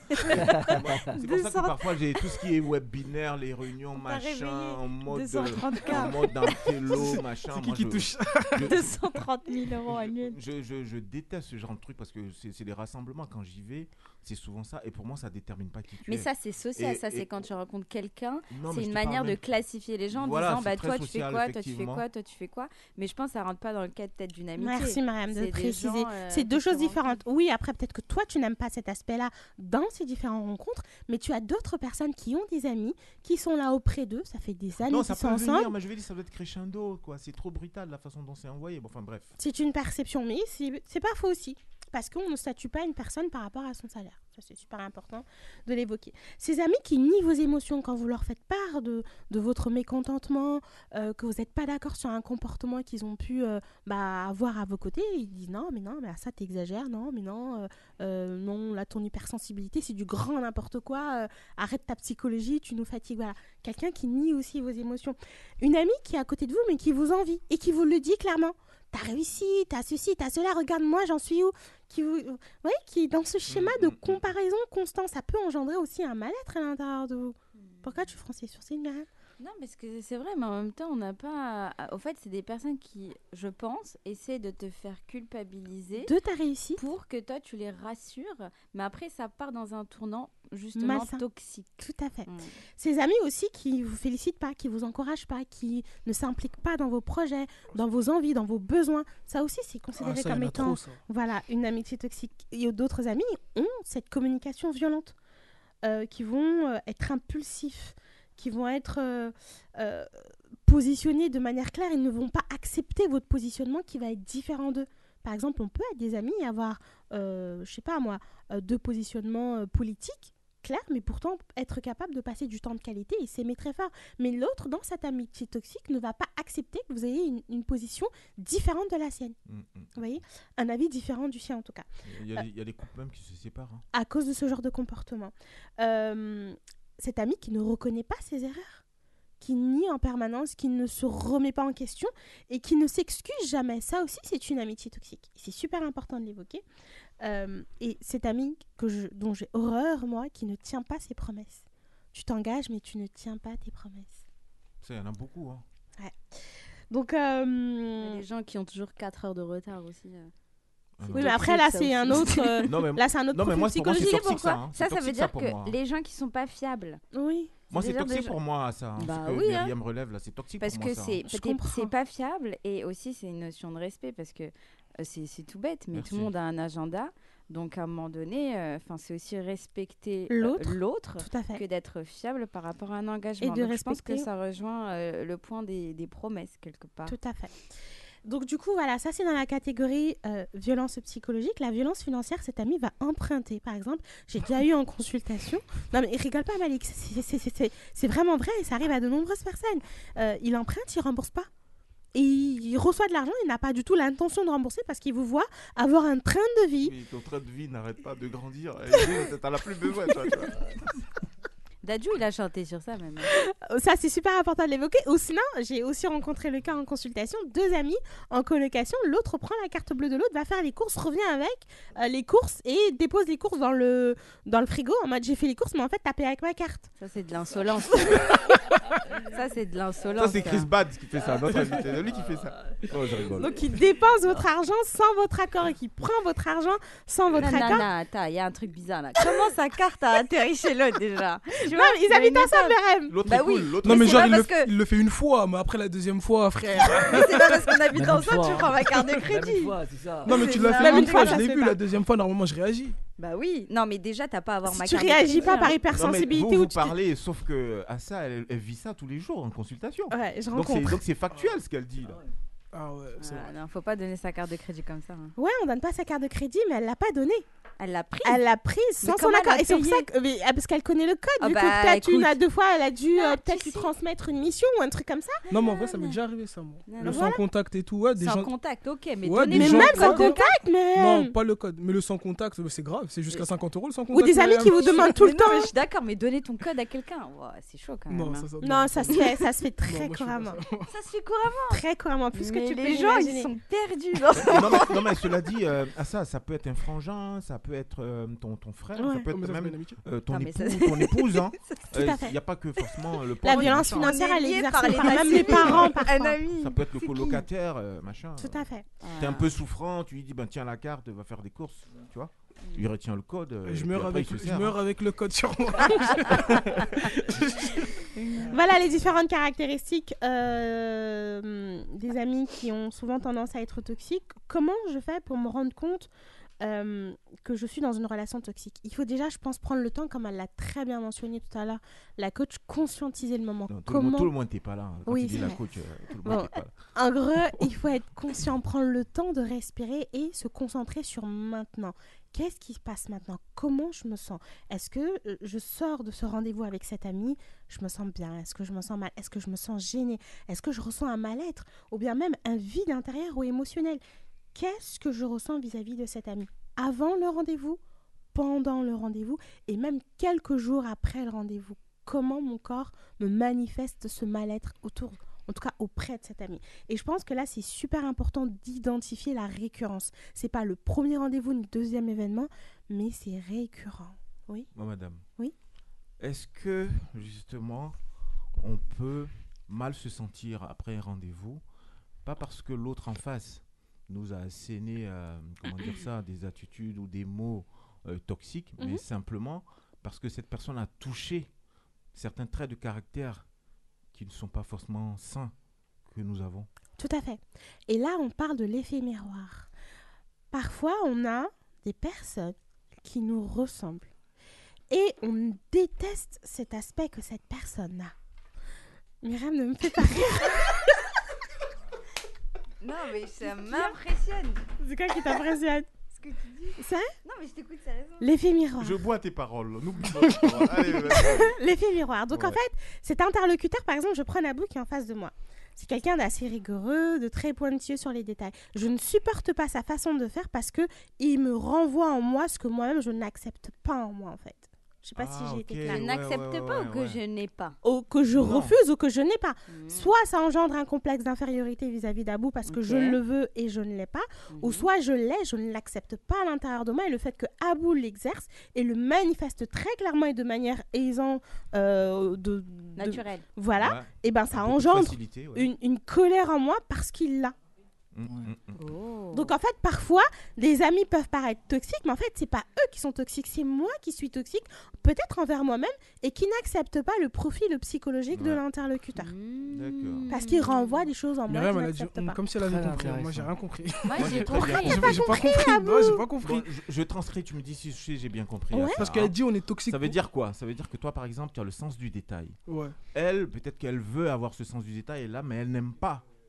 pour ça que parfois j'ai tout ce qui est web binaire, les réunions, machin, en mode d'intello, machin. C'est qui touche 230 000 € annuels. Je déteste ce genre de truc parce que c'est des rassemblements, quand j'y vais, c'est souvent ça, et pour moi ça détermine pas qui tu es. Mais ça c'est social, c'est quand tu rencontres quelqu'un, c'est une manière de classifier les gens en disant toi tu fais quoi, toi tu fais quoi, toi tu fais quoi. Mais je pense que ça rentre pas dans le cadre peut-être d'une amitié. Merci Mariam de préciser. C'est deux choses différentes. Oui, après peut-être que toi tu n'aimes pas cet aspect-là dans ces différentes rencontres, mais tu as d'autres personnes qui ont des amis, qui sont là auprès d'eux, ça fait des années qu'ils sont ensemble. Non, mais je vais dire, ça doit être crescendo, quoi. C'est trop brutal la façon dont c'est envoyé. Bon, enfin bref. C'est une perception, mais c'est pas faux aussi. Parce qu'on ne statue pas une personne par rapport à son salaire. Ça, c'est super important de l'évoquer. Ces amis qui nient vos émotions quand vous leur faites part de votre mécontentement, que vous n'êtes pas d'accord sur un comportement qu'ils ont pu avoir à vos côtés, ils disent non, mais ça t'exagères, non, mais non, là ton hypersensibilité, c'est du grand n'importe quoi, arrête ta psychologie, tu nous fatigues, voilà. Quelqu'un qui nie aussi vos émotions. Une amie qui est à côté de vous, mais qui vous envie et qui vous le dit clairement. T'as réussi, t'as ceci, t'as cela, regarde-moi, j'en suis où ? Qui est dans ce schéma de comparaison constant. Ça peut engendrer aussi un mal-être à l'intérieur de vous. Pourquoi tu fronces les sourcils, Myriam ? Non, parce que c'est vrai, mais en même temps, on n'a pas... Au fait, c'est des personnes qui, je pense, essaient de te faire culpabiliser. De ta réussite. Pour que toi, tu les rassures. Mais après, ça part dans un tournant, justement, toxique. Tout à fait. Ces amis aussi qui vous félicitent pas, qui vous encouragent pas, qui ne s'impliquent pas dans vos projets, dans vos envies, dans vos besoins. Ça aussi, c'est considéré comme étant une amitié toxique. Et d'autres amis ont cette communication violente, qui vont être impulsifs, qui vont être positionnés de manière claire. Ils ne vont pas accepter votre positionnement qui va être différent d'eux. Par exemple, on peut être des amis et avoir, deux positionnements politiques clairs, mais pourtant être capable de passer du temps de qualité et s'aimer très fort. Mais l'autre, dans cette amitié toxique, ne va pas accepter que vous ayez une position différente de la sienne. Vous voyez ? Un avis différent du sien, en tout cas. Il y a des couples même qui se séparent. Hein. À cause de ce genre de comportement. Cet ami qui ne reconnaît pas ses erreurs, qui nie en permanence, qui ne se remet pas en question et qui ne s'excuse jamais. Ça aussi, c'est une amitié toxique. C'est super important de l'évoquer. Et cet ami dont j'ai horreur, moi, qui ne tient pas ses promesses. Tu t'engages, mais tu ne tiens pas tes promesses. Ça, il y en a beaucoup. Hein. Ouais. Donc, les gens qui ont toujours 4 heures de retard aussi. Oui, mais après, là, c'est un autre. Là, c'est un autre profil psychologique. Pourquoi ça veut dire que les gens qui sont pas fiables. Oui. Moi, c'est toxique pour moi, ça. Hein, bah, ce que Myriam relève, là, c'est toxique pour moi, ça. Parce que c'est pas fiable et aussi, c'est une notion de respect parce que c'est tout bête, mais tout le monde a un agenda. Donc, à un moment donné, c'est aussi respecter l'autre que d'être fiable par rapport à un engagement. Et de je pense que ça rejoint le point des promesses, quelque part. Tout à fait. Donc du coup, voilà, ça c'est dans la catégorie violence psychologique. La violence financière, cet ami va emprunter. Par exemple, j'ai déjà eu en consultation... Non mais rigole pas Malik, c'est vraiment vrai et ça arrive à de nombreuses personnes. Il emprunte, il rembourse pas. Et il reçoit de l'argent, il n'a pas du tout l'intention de rembourser parce qu'il vous voit avoir un train de vie. Oui, ton train de vie n'arrête pas de grandir. T'en as plus besoin, toi. Dadju, il a chanté sur ça même. Ça, c'est super important de l'évoquer. Ou sinon, j'ai aussi rencontré le cas en consultation. 2 amis en colocation. L'autre prend la carte bleue de l'autre, va faire les courses, revient avec les courses et dépose les courses dans le frigo en mode j'ai fait les courses, mais en fait, t'as payé avec ma carte. Ça, c'est de l'insolence. Ça, c'est de l'insolence. Ça, c'est Chris Bad qui fait ça. Notre invité, c'est lui qui fait ça. Oh, je rigole. Donc, il dépense votre argent sans votre accord et qui prend votre argent sans votre accord. Non, attends, il y a un truc bizarre là. Comment sa carte a atterri chez l'autre déjà? Non, ils habitent ensemble, Merem. L'autre Bah est cool. oui. L'autre Non, est mais cool. genre, que- il le fait une fois, mais après la deuxième fois, frère. Mais c'est pas parce qu'on habite Même ensemble, fois, tu hein. prends ma carte de Même crédit. une fois, c'est ça. Non, mais tu l'as c'est fait même une une fois, fois, je ça l'ai se vu. fait La pas. deuxième fois, normalement, je réagis. Bah oui. Non, mais déjà, t'as pas à avoir ma Si tu carte de réagis crédit, pas hein. par Non, mais hypersensibilité vous ou tu... parlez, sauf que à ça, elle vit ça tous les jours en consultation. Ouais, je Donc rencontre. c'est factuel ce qu'elle dit là. Ah ouais, c'est vrai. Ah, non, faut pas donner sa carte de crédit comme ça. hein. Ouais, on donne pas sa carte de crédit, mais elle l'a pas donnée. Elle l'a prise. Elle l'a prise sans son comment elle accord. a Et c'est pour payé ça que, parce qu'elle connaît le code. Ah vu bah, que peut-être une écoute. à 2 fois, elle a dû Ah, peut-être tu lui sais. transmettre une mission ou un truc comme ça. Non, mais en vrai, ça m'est déjà arrivé, ça, moi. Non, Le non, sans voilà. contact et tout, ouais, des Sans gens. contact, ok, mais Ouais, donnez des Mais gens- même sans Ouais. contact, mais... Non, pas le code, mais le sans contact, c'est grave, c'est jusqu'à 50 € le sans Ou contact. des amis madame. qui vous demandent tout le Mais temps. non, mais je suis d'accord, mais donner ton code à quelqu'un, ouais, c'est chaud quand même. Non, hein. Non, ça se fait Non, très moi, je fais pas couramment. ça. Ça se fait couramment. Très couramment, plus que Mais tu peux les gens, l'imaginer. ils sont perdus dans ce Non mais cela dit, ça peut être un frangin, ça peut être ton frère, Ouais. ça peut Non, mais être ça, c'est même une amitié. ton Non, mais époux, ça- ton épouse. Hein. Tout à fait. Il n'y a pas que forcément le La parent. violence On financière, est elle est liés exercée par par l'état même les civil. parents Un parfois. ami. Ça peut être le C'est qui colocataire, machin. Tout à fait. T'es un peu souffrant, tu lui dis ben tiens la carte, va faire des courses, tu vois. Tu lui retiens le code. Je et puis meurs après, avec, il se je sert, meurs hein. avec le code sur moi. Voilà les différentes caractéristiques des amis qui ont souvent tendance à être toxiques. Comment je fais pour me rendre compte que je suis dans une relation toxique? Il faut déjà, je pense, prendre le temps, comme elle l'a très bien mentionné tout à l'heure, la coach, conscientiser le moment. Non, Comment... tout le monde t'es pas là. Hein. Quand Oui, tu dis c'est la vrai. coach, tout le Bon, monde t'es pas là. En gros, il faut être conscient, prendre le temps de respirer et se concentrer sur maintenant. Qu'est-ce qui se passe maintenant? Comment je me sens? Est-ce que je sors de ce rendez-vous avec cet ami, je me sens bien? Est-ce que je me sens mal? Est-ce que je me sens gênée? Est-ce que je ressens un mal-être? Ou bien même un vide intérieur ou émotionnel? Qu'est-ce que je ressens vis-à-vis de cet ami? Avant le rendez-vous, pendant le rendez-vous et même quelques jours après le rendez-vous. Comment mon corps me manifeste ce mal-être autour, en tout cas auprès de cet ami. Et je pense que là, c'est super important d'identifier la récurrence. C'est pas le premier rendez-vous ni le deuxième événement, mais c'est récurrent. Oui. Moi, madame. Oui. Est-ce que, justement, on peut mal se sentir après un rendez-vous, pas parce que l'autre en face nous a asséné, comment dire ça, des attitudes ou des mots toxiques, mais simplement parce que cette personne a touché certains traits de caractère qui ne sont pas forcément sains que nous avons. Tout à fait. Et là, on parle de l'effet miroir. Parfois, on a des personnes qui nous ressemblent. Et on déteste cet aspect que cette personne a. Myriam ne me fait pas rire. Non, mais ça m'impressionne. C'est quoi qui t'impressionne? Ce que tu dis. Ça? Non, mais je t'écoute sérieusement. L'effet miroir. Je bois tes paroles, n'oublie pas tes paroles. Allez, vas-y. L'effet miroir. Donc en Ouais. fait, cet interlocuteur, par exemple, je prends Nabou qui est en face de moi. C'est quelqu'un d'assez rigoureux, de très pointilleux sur les détails. Je ne supporte pas sa façon de faire parce que il me renvoie en moi ce que moi-même je n'accepte pas en moi en fait. Je sais pas si j'ai été ok. claire. Je Ouais, n'accepte ouais, pas ouais, ou que ouais. je n'ai pas. Ou que je Non. refuse ou que je n'ai pas. Mhm. Soit ça engendre un complexe d'infériorité vis-à-vis d'Abou parce que Ok. je le veux et je ne l'ai pas. Ou Mhm. soit je l'ai, je ne l'accepte pas à l'intérieur de moi et le fait que Abou l'exerce et le manifeste très clairement et de manière aisant, Naturel. voilà, Ouais. et ben ça Un peu de engendre facilité, ouais. une colère en moi parce qu'il l'a. Mm. Oh. Donc en fait, parfois, des amis peuvent paraître toxiques, mais en fait, c'est pas eux qui sont toxiques, c'est moi qui suis toxique, peut-être envers moi-même, et qui n'accepte pas le profil psychologique de Ouais. l'interlocuteur. D'accord. Parce qu'il renvoie des choses en moi Myriam, que je elle a dit n'accepte pas. comme si elle avait Très compris. Moi, j'ai intéressant. rien compris. Moi, Moi, j'ai j'ai très compris. bien J'ai pas compris, Non, j'ai pas compris. Bon, je transcris, tu me dis si je sais, j'ai bien compris. Ouais. à ça, Parce qu'elle hein. dit on est toxique. Ça veut dire quoi? Ça veut dire que toi, par exemple, tu as le sens du détail. Ouais. Elle, peut-être qu'elle veut avoir ce sens du détail, là, mais elle n'aime pas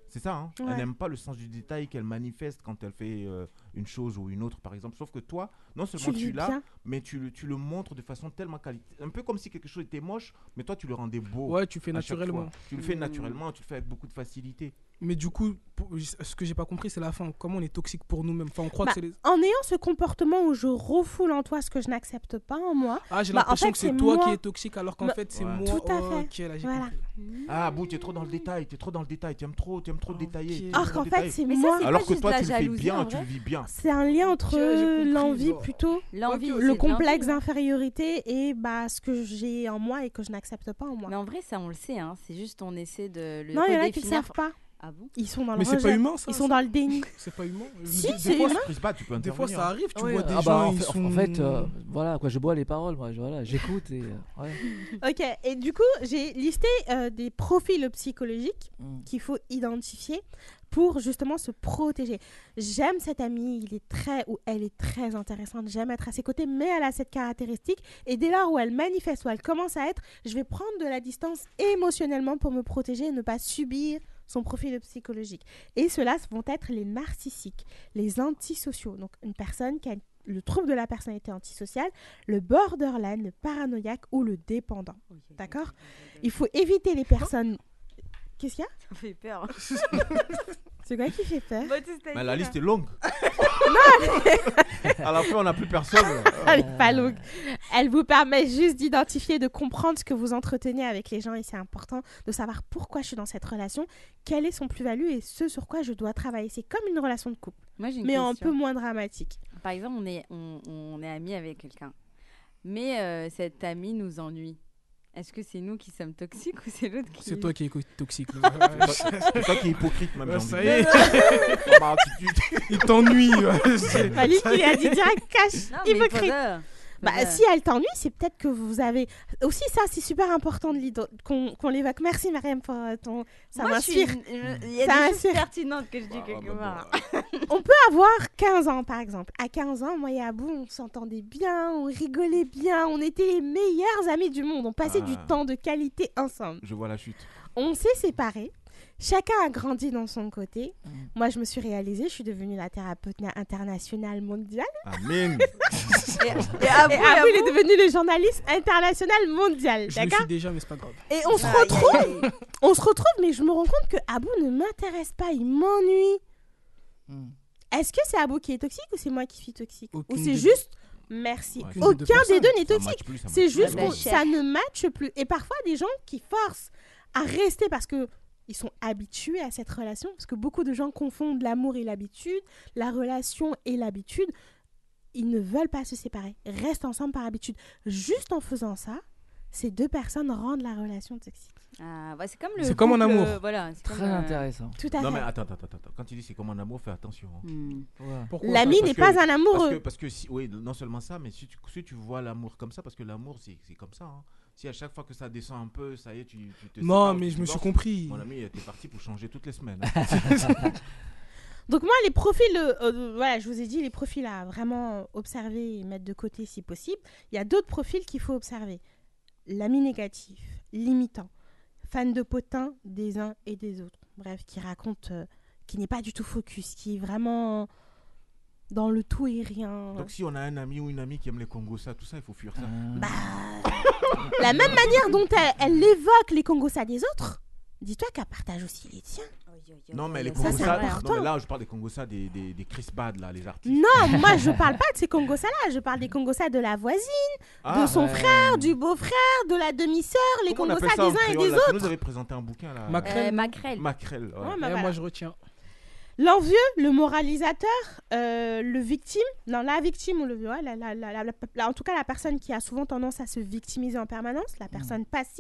C'est ça, hein. Ouais. Elle n'aime pas le sens du détail qu'elle manifeste quand elle fait une chose ou une autre, par exemple. Sauf que toi, non seulement le tu vis l'as, bien. mais tu le montres de façon tellement qualitative. Un peu comme si quelque chose était moche, mais toi, tu le rendais beau. Ouais, tu fais à chaque naturellement. fois. Tu le fais naturellement, tu le fais avec beaucoup de facilité. Mais du coup, ce que j'ai pas compris, c'est la fin. Comment on est toxique pour nous-mêmes. Enfin, on croit Bah, que c'est les... En ayant ce comportement où je refoule en toi ce que je n'accepte pas en moi, Ah, j'ai bah, l'impression en fait, que c'est c'est toi moi. qui es toxique, alors qu'en Bah, fait, c'est ouais. moi. Tout à fait. Ok, là, j'ai Voilà. compris. Ah, Bou, t'es trop dans le détail, t'aimes trop détailler. t'aimes Alors trop qu'en détailler. fait, c'est Mais ça, moi. c'est Alors pas que juste toi, de la tu le fais jalousie, bien, en tu vrai. le vis bien. C'est un lien entre j'ai compris, l'envie bon. plutôt, L'envie, Ok, c'est le de complexe l'envie, hein. d'infériorité et bah, ce que j'ai en moi et que je n'accepte pas en moi. Mais en vrai, ça, on le sait. Hein. C'est juste on essaie de le Non, il y en a qui ne redéfinir. savent pas. Ah bon? Ils sont dans le Mais c'est rejet. pas humain, ça. Ils sont dans le déni. C'est pas humain. Si, Des c'est fois, humain. Chris, tu peux Des fois, intervenir. ça arrive, tu Ouais, vois des ah gens, bah, ils sont... en fait, voilà, quoi, je bois les paroles, moi, voilà, j'écoute et ouais. Ok, et du coup, j'ai listé des profils psychologiques Mm. qu'il faut identifier pour justement se protéger. J'aime cet ami, il est très ou elle est très intéressante, j'aime être à ses côtés, mais elle a cette caractéristique et dès lors où elle manifeste, où elle commence à être, je vais prendre de la distance émotionnellement pour me protéger et ne pas subir son profil psychologique. Et ceux-là vont être les narcissiques, les antisociaux, donc une personne qui a le trouble de la personnalité antisociale, le borderline, le paranoïaque ou le dépendant. D'accord ? Il faut éviter les personnes... Qu'est-ce qu'il y a ? Ça fait peur. C'est quoi qui fait peur ? Mais la liste est longue. À la fin, on n'a plus personne. Elle est pas longue. Elle vous permet juste d'identifier, de comprendre ce que vous entretenez avec les gens et c'est important de savoir pourquoi je suis dans cette relation, quel est son plus-value et ce sur quoi je dois travailler. C'est comme une relation de couple, Moi, j'ai une mais un question. peu moins dramatique. Par exemple, on est amis avec quelqu'un. Mais cet ami nous ennuie. Est-ce que c'est nous qui sommes toxiques ou c'est l'autre qui... C'est toi qui es toxique. C'est toi qui es hypocrite, même. Ouais, j'ai ça envie y de est. dire. Par attitude. Il t'ennuie. Malik, il a dit direct cash, Non, mais hypocrite. faudrait- Bah, faudrait- si elle t'ennuie, c'est peut-être que vous avez... Aussi, ça, c'est super important qu'on l'évoque. Merci, Mariam, pour ton... Ça Moi, je suis m'inspire. il y a Ça des choses m'inspire. pertinentes que je dis quelque part. On peut avoir 15 ans, par exemple. À 15 ans, moi et Abou, on s'entendait bien, on rigolait bien, on était les meilleurs amis du monde. On passait du temps de qualité ensemble. Je vois la chute. On s'est séparés. Chacun a grandi dans son côté. Moi, je me suis réalisée, je suis devenue la thérapeute internationale mondiale. Amen. Et Et Abou, il est devenu le journaliste international mondial. Je le D'accord ? suis déjà, mais c'est pas grave. Et on se retrouve, mais je me rends compte que Abou ne m'intéresse pas, il m'ennuie. Mm. Est-ce que c'est Abou qui est toxique ou c'est moi qui suis toxique ? Aucune Ou c'est des juste merci. Ouais, Aucun des deux n'est Ça toxique. match plus, ça match C'est plus. juste Ah bah, que chef. ça ne matche plus. Et parfois, des gens qui forcent à rester parce que ils sont habitués à cette relation. Parce que beaucoup de gens confondent l'amour et l'habitude, la relation et l'habitude. Ils ne veulent pas se séparer. Restent ensemble par habitude. Juste en faisant ça, ces deux personnes rendent la relation toxique. Ah, bah, c'est comme le C'est comme en couple, amour. Voilà, c'est Très comme, intéressant. Tout à Non, fait. mais attends. Quand tu dis c'est comme un amour, fais attention. hein. Ouais. Pourquoi L'ami ça n'est parce pas que- un amoureux. Parce que si, oui, non seulement ça, mais si tu vois l'amour comme ça, parce que l'amour, c'est comme ça. hein. Si à chaque fois que ça descend un peu, ça y est, tu te Non, sépares, mais tu je me suis divorces, compris. Mon ami, t'es parti pour changer toutes les semaines. Donc moi, les profils, voilà, je vous ai dit, les profils à vraiment observer et mettre de côté si possible. Il y a d'autres profils qu'il faut observer. L'ami négatif, limitant, fan de potin des uns et des autres. Bref, qui raconte, qui n'est pas du tout focus, qui est vraiment dans le tout et rien. Donc si on a un ami ou une amie qui aime les Congos, tout ça, il faut fuir ça. Bah, la même manière dont elle évoque les Congos des autres, dis-toi qu'elle partage aussi les tiens. Non, mais les Ça, c'est Congos, important. non, mais là, je parle des Congos, des Chris Bad, là, les artistes. Non, moi je parle pas de ces Congos-là, je parle des Congos de la voisine, Ah, de son ouais. frère, du beau-frère, de la demi-sœur, les comment on Congos appelle des ça en uns et créole, des là Tu autres. nous avais présenté un bouquin, là. Maquerelle. Maquerelle. Maquerelle, ouais. Ouais, bah Eh, voilà. moi, je retiens. L'envieux, le moralisateur, le victime, non, la victime ou le ouais, en tout cas la personne qui a souvent tendance à se victimiser en permanence, la personne passive,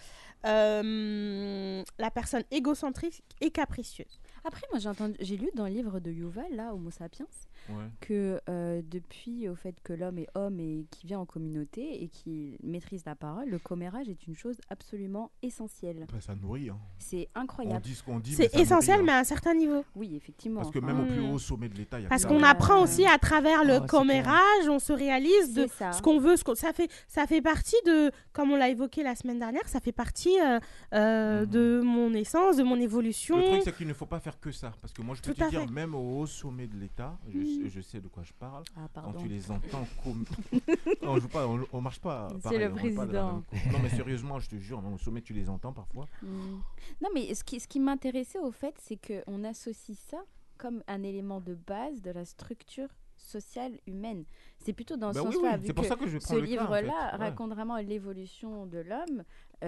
la personne égocentrique et capricieuse. Après, moi, j'ai lu dans le livre de Yuval, là, Homo sapiens, que depuis au fait que l'homme est homme et qui vient en communauté et qui maîtrise la parole, le commérage est une chose absolument essentielle. Ça nourrit. Hein. C'est incroyable. On dit ce qu'on dit, c'est essentiel, mais à un certain niveau. Oui, effectivement. Parce que même au plus haut sommet de l'État, il y a parce qu'on apprend aussi à travers le commérage, on se réalise de ce qu'on veut. Ça fait partie de, comme on l'a évoqué la semaine dernière, ça fait partie de mon essence, de mon évolution. Le truc, c'est qu'il ne faut pas faire que ça. Parce que moi, je peux te dire, même au haut sommet de l'État, je sais de quoi je parle. Quand tu les entends on marche pas pareil. C'est le président. Non, mais sérieusement, je te jure, au sommet, tu les entends parfois. Non, mais ce qui m'intéressait au fait, c'est qu'on associe ça comme un élément de base de la structure sociale humaine. C'est plutôt dans ce sens-là, vu que ce livre-là raconte vraiment l'évolution de l'homme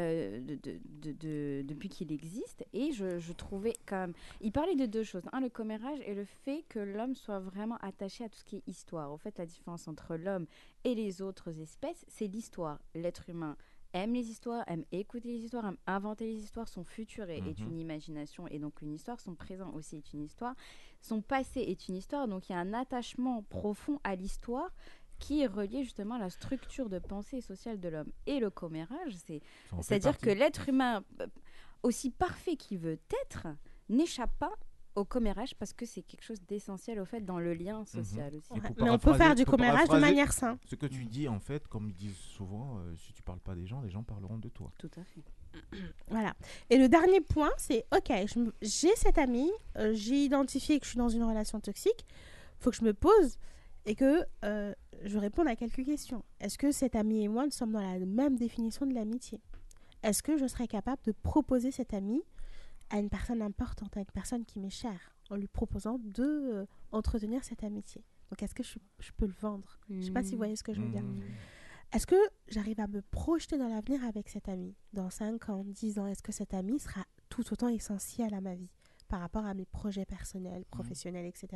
depuis qu'il existe. Et je trouvais quand même... Il parlait de deux choses. Un, le commérage et le fait que l'homme soit vraiment attaché à tout ce qui est histoire. En fait, la différence entre l'homme et les autres espèces, c'est l'histoire. L'être humain aime les histoires, aime écouter les histoires, aime inventer les histoires. Son futur est une imagination et donc une histoire. Son présent aussi est une histoire. Son passé est une histoire. Donc il y a un attachement profond à l'histoire qui est relié justement à la structure de pensée sociale de l'homme. Et le commérage, c'est-à-dire que l'être humain, aussi parfait qu'il veut être, n'échappe pas au commérage parce que c'est quelque chose d'essentiel au fait dans le lien social aussi. Mais on peut faire du commérage de manière saine. Ce que tu dis en fait, comme ils disent souvent, si tu parles pas des gens, les gens parleront de toi. Tout à fait. Voilà. Et le dernier point, c'est ok, j'ai cet ami, j'ai identifié que je suis dans une relation toxique, faut que je me pose et que je réponde à quelques questions. Est-ce que cet ami et moi nous sommes dans la même définition de l'amitié? Est-ce que je serais capable de proposer cet ami à une personne importante, à une personne qui m'est chère, en lui proposant de entretenir cette amitié? Donc, est-ce que je peux le vendre? Je ne sais pas si vous voyez ce que je veux dire. Est-ce que j'arrive à me projeter dans l'avenir avec cet ami? Dans 5 ans, 10 ans, est-ce que cet ami sera tout autant essentiel à ma vie par rapport à mes projets personnels, professionnels, etc.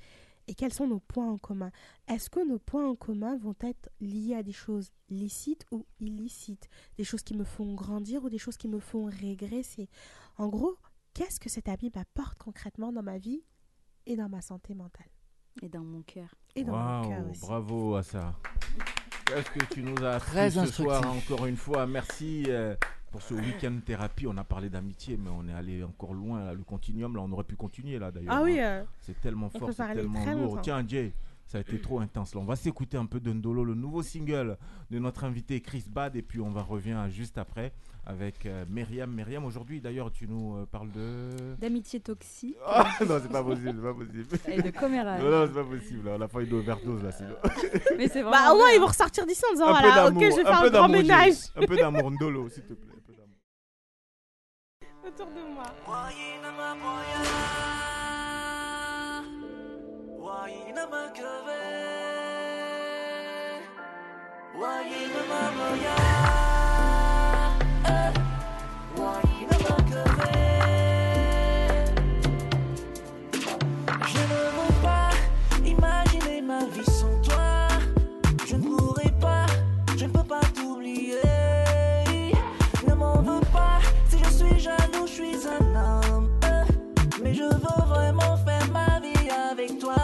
Et quels sont nos points en commun? Est-ce que nos points en commun vont être liés à des choses licites ou illicites? Des choses qui me font grandir ou des choses qui me font régresser? En gros, qu'est-ce que cet ami m'apporte concrètement dans ma vie et dans ma santé mentale? Et dans mon cœur. Et dans mon cœur aussi. Bravo à ça. Qu'est-ce que tu nous as appris ce soir encore une fois? Merci pour ce week-end thérapie. On a parlé d'amitié, mais on est allé encore loin. Là, le continuum, là, on aurait pu continuer là d'ailleurs. Ah oui. C'est tellement fort, c'est tellement lourd. Tiens, Jay, ça a été trop intense. Là, on va s'écouter un peu de Ndolo, le nouveau single de notre invité Chris Bad, et puis on va revenir juste après avec Myriam. Myriam, aujourd'hui d'ailleurs, tu nous parles d'amitié toxique. Non, c'est pas possible, c'est pas possible. Et de commérage. Non, c'est pas possible. Là. On a pas eu d'overdose là, c'est Mais c'est vraiment. Au moins, ils vont ressortir d'ici en disant voilà, ok, je vais faire un grand ménage. Un peu d'amour, Ndolo, s'il te plaît. Autour de moi. Je ne veux pas imaginer ma vie sans toi. Je ne pourrai pas, je ne peux pas t'oublier. Ne m'en veux pas si je suis jaloux, je suis un homme. Mais je veux vraiment faire ma vie avec toi.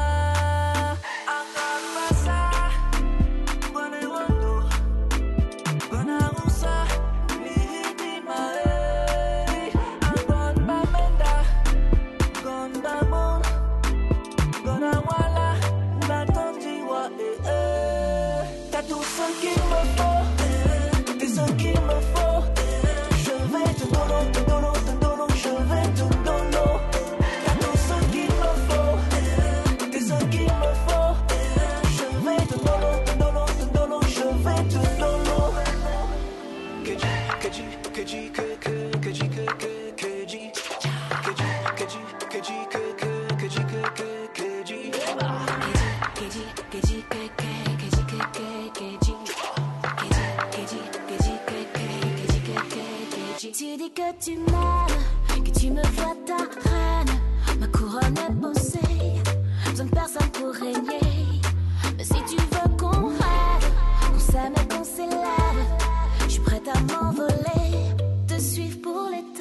Tu dis que tu m'aimes, que tu me vois ta reine. Ma couronne est posée, besoin de personne pour régner. Mais si tu veux qu'on rêve, qu'on s'aime et qu'on s'élève, je suis prête à m'envoler, te suivre pour l'éternité.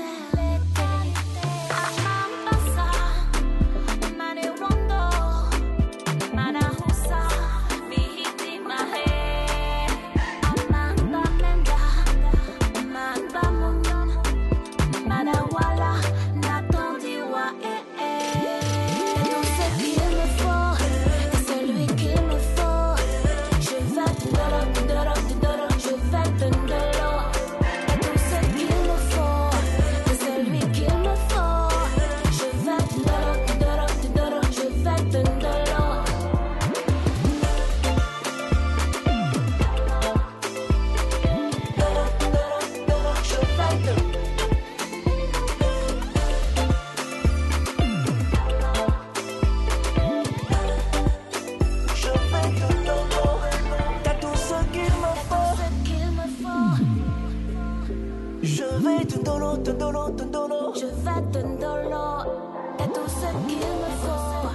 Amam pasa, mane rondo, mane Je vais te dolo, te dolo, te dolo. Je vais te dolo. T'as tout ce qu'il me faut.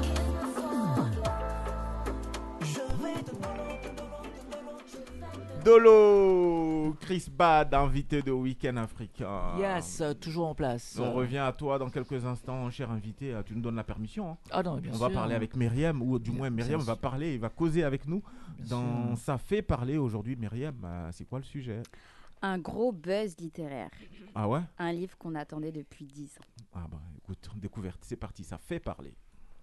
Je vais te dolo, te dolo, te dolo. Dolo, Chris Bad, invité de Week-end Africain. Yes, toujours en place. On revient à toi dans quelques instants, cher invité. Tu nous donnes la permission. Hein. Ah non, bien On sûr. va parler avec Myriam, ou du moins Myriam bien va sûr. parler, il va causer avec nous. Bien Dans sûr. Ça fait parler aujourd'hui, Myriam. C'est quoi le sujet? Un gros buzz littéraire. Ah ouais? Un livre qu'on attendait depuis 10 ans. Ah bah écoute, découverte, c'est parti, ça fait parler.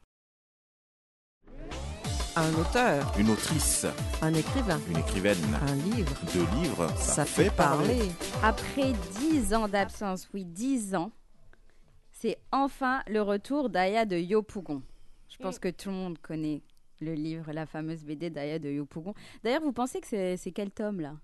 Un auteur, Une autrice, un écrivain, une écrivaine, un livre, 2 livres, ça fait parler. Après 10 ans d'absence, oui, 10 ans, c'est enfin le retour d'Aya de Yopougon. Je pense que tout le monde connaît le livre, la fameuse BD d'Aya de Yopougon. D'ailleurs, vous pensez que c'est quel tome, là?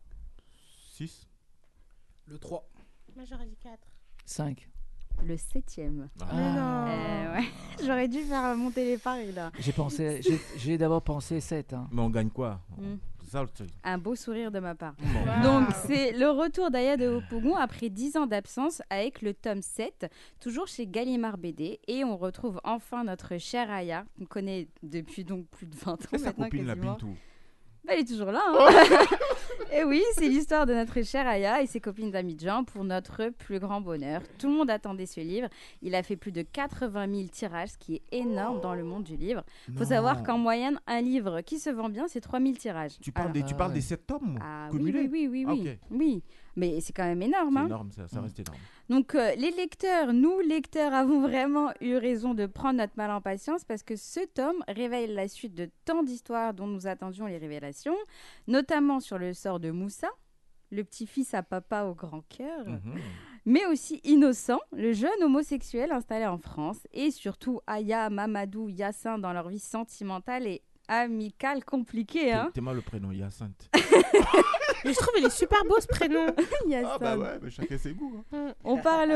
6. Le 3. Moi, j'aurais dit 4. 5. Le 7e. Mais non. Ouais. J'aurais dû faire monter les paris, là. J'ai d'abord pensé 7. Hein. Mais on gagne quoi? Mm. C'est ça le truc. Un beau sourire de ma part. Bon. Donc, c'est le retour d'Aya de Yopougon après 10 ans d'absence avec le tome 7, toujours chez Gallimard BD. Et on retrouve enfin notre chère Aya, qu'on connaît depuis donc plus de 20 ans Et sa maintenant. copine, la quasiment. Bintou. Bah, elle est toujours là. Hein. Et oui, c'est l'histoire de notre chère Aya et ses copines d'Abidjan pour notre plus grand bonheur. Tout le monde attendait ce livre. Il a fait plus de 80 000 tirages, ce qui est énorme dans le monde du livre. Il faut Non. savoir qu'en moyenne, un livre qui se vend bien, c'est 3 000 tirages. Tu parles, Alors, tu parles des 7 tomes ah, oui, cumulés? oui. Ah, ok. Oui, mais c'est quand même énorme. C'est Hein. énorme, ça reste énorme. Donc, les lecteurs, nous, lecteurs, avons vraiment eu raison de prendre notre mal en patience parce que ce tome révèle la suite de tant d'histoires dont nous attendions les révélations, notamment sur le sort de Moussa, le petit-fils à papa au grand cœur, mais aussi Innocent, le jeune homosexuel installé en France, et surtout Aya, Mamadou, Yassin dans leur vie sentimentale et amicale compliquée. Hein. T'es mal le prénom, Hyacinthe. Mais je trouve il est super beau ce prénom. Yassin. Ah bah ouais, mais chacun ses goûts. Hein. On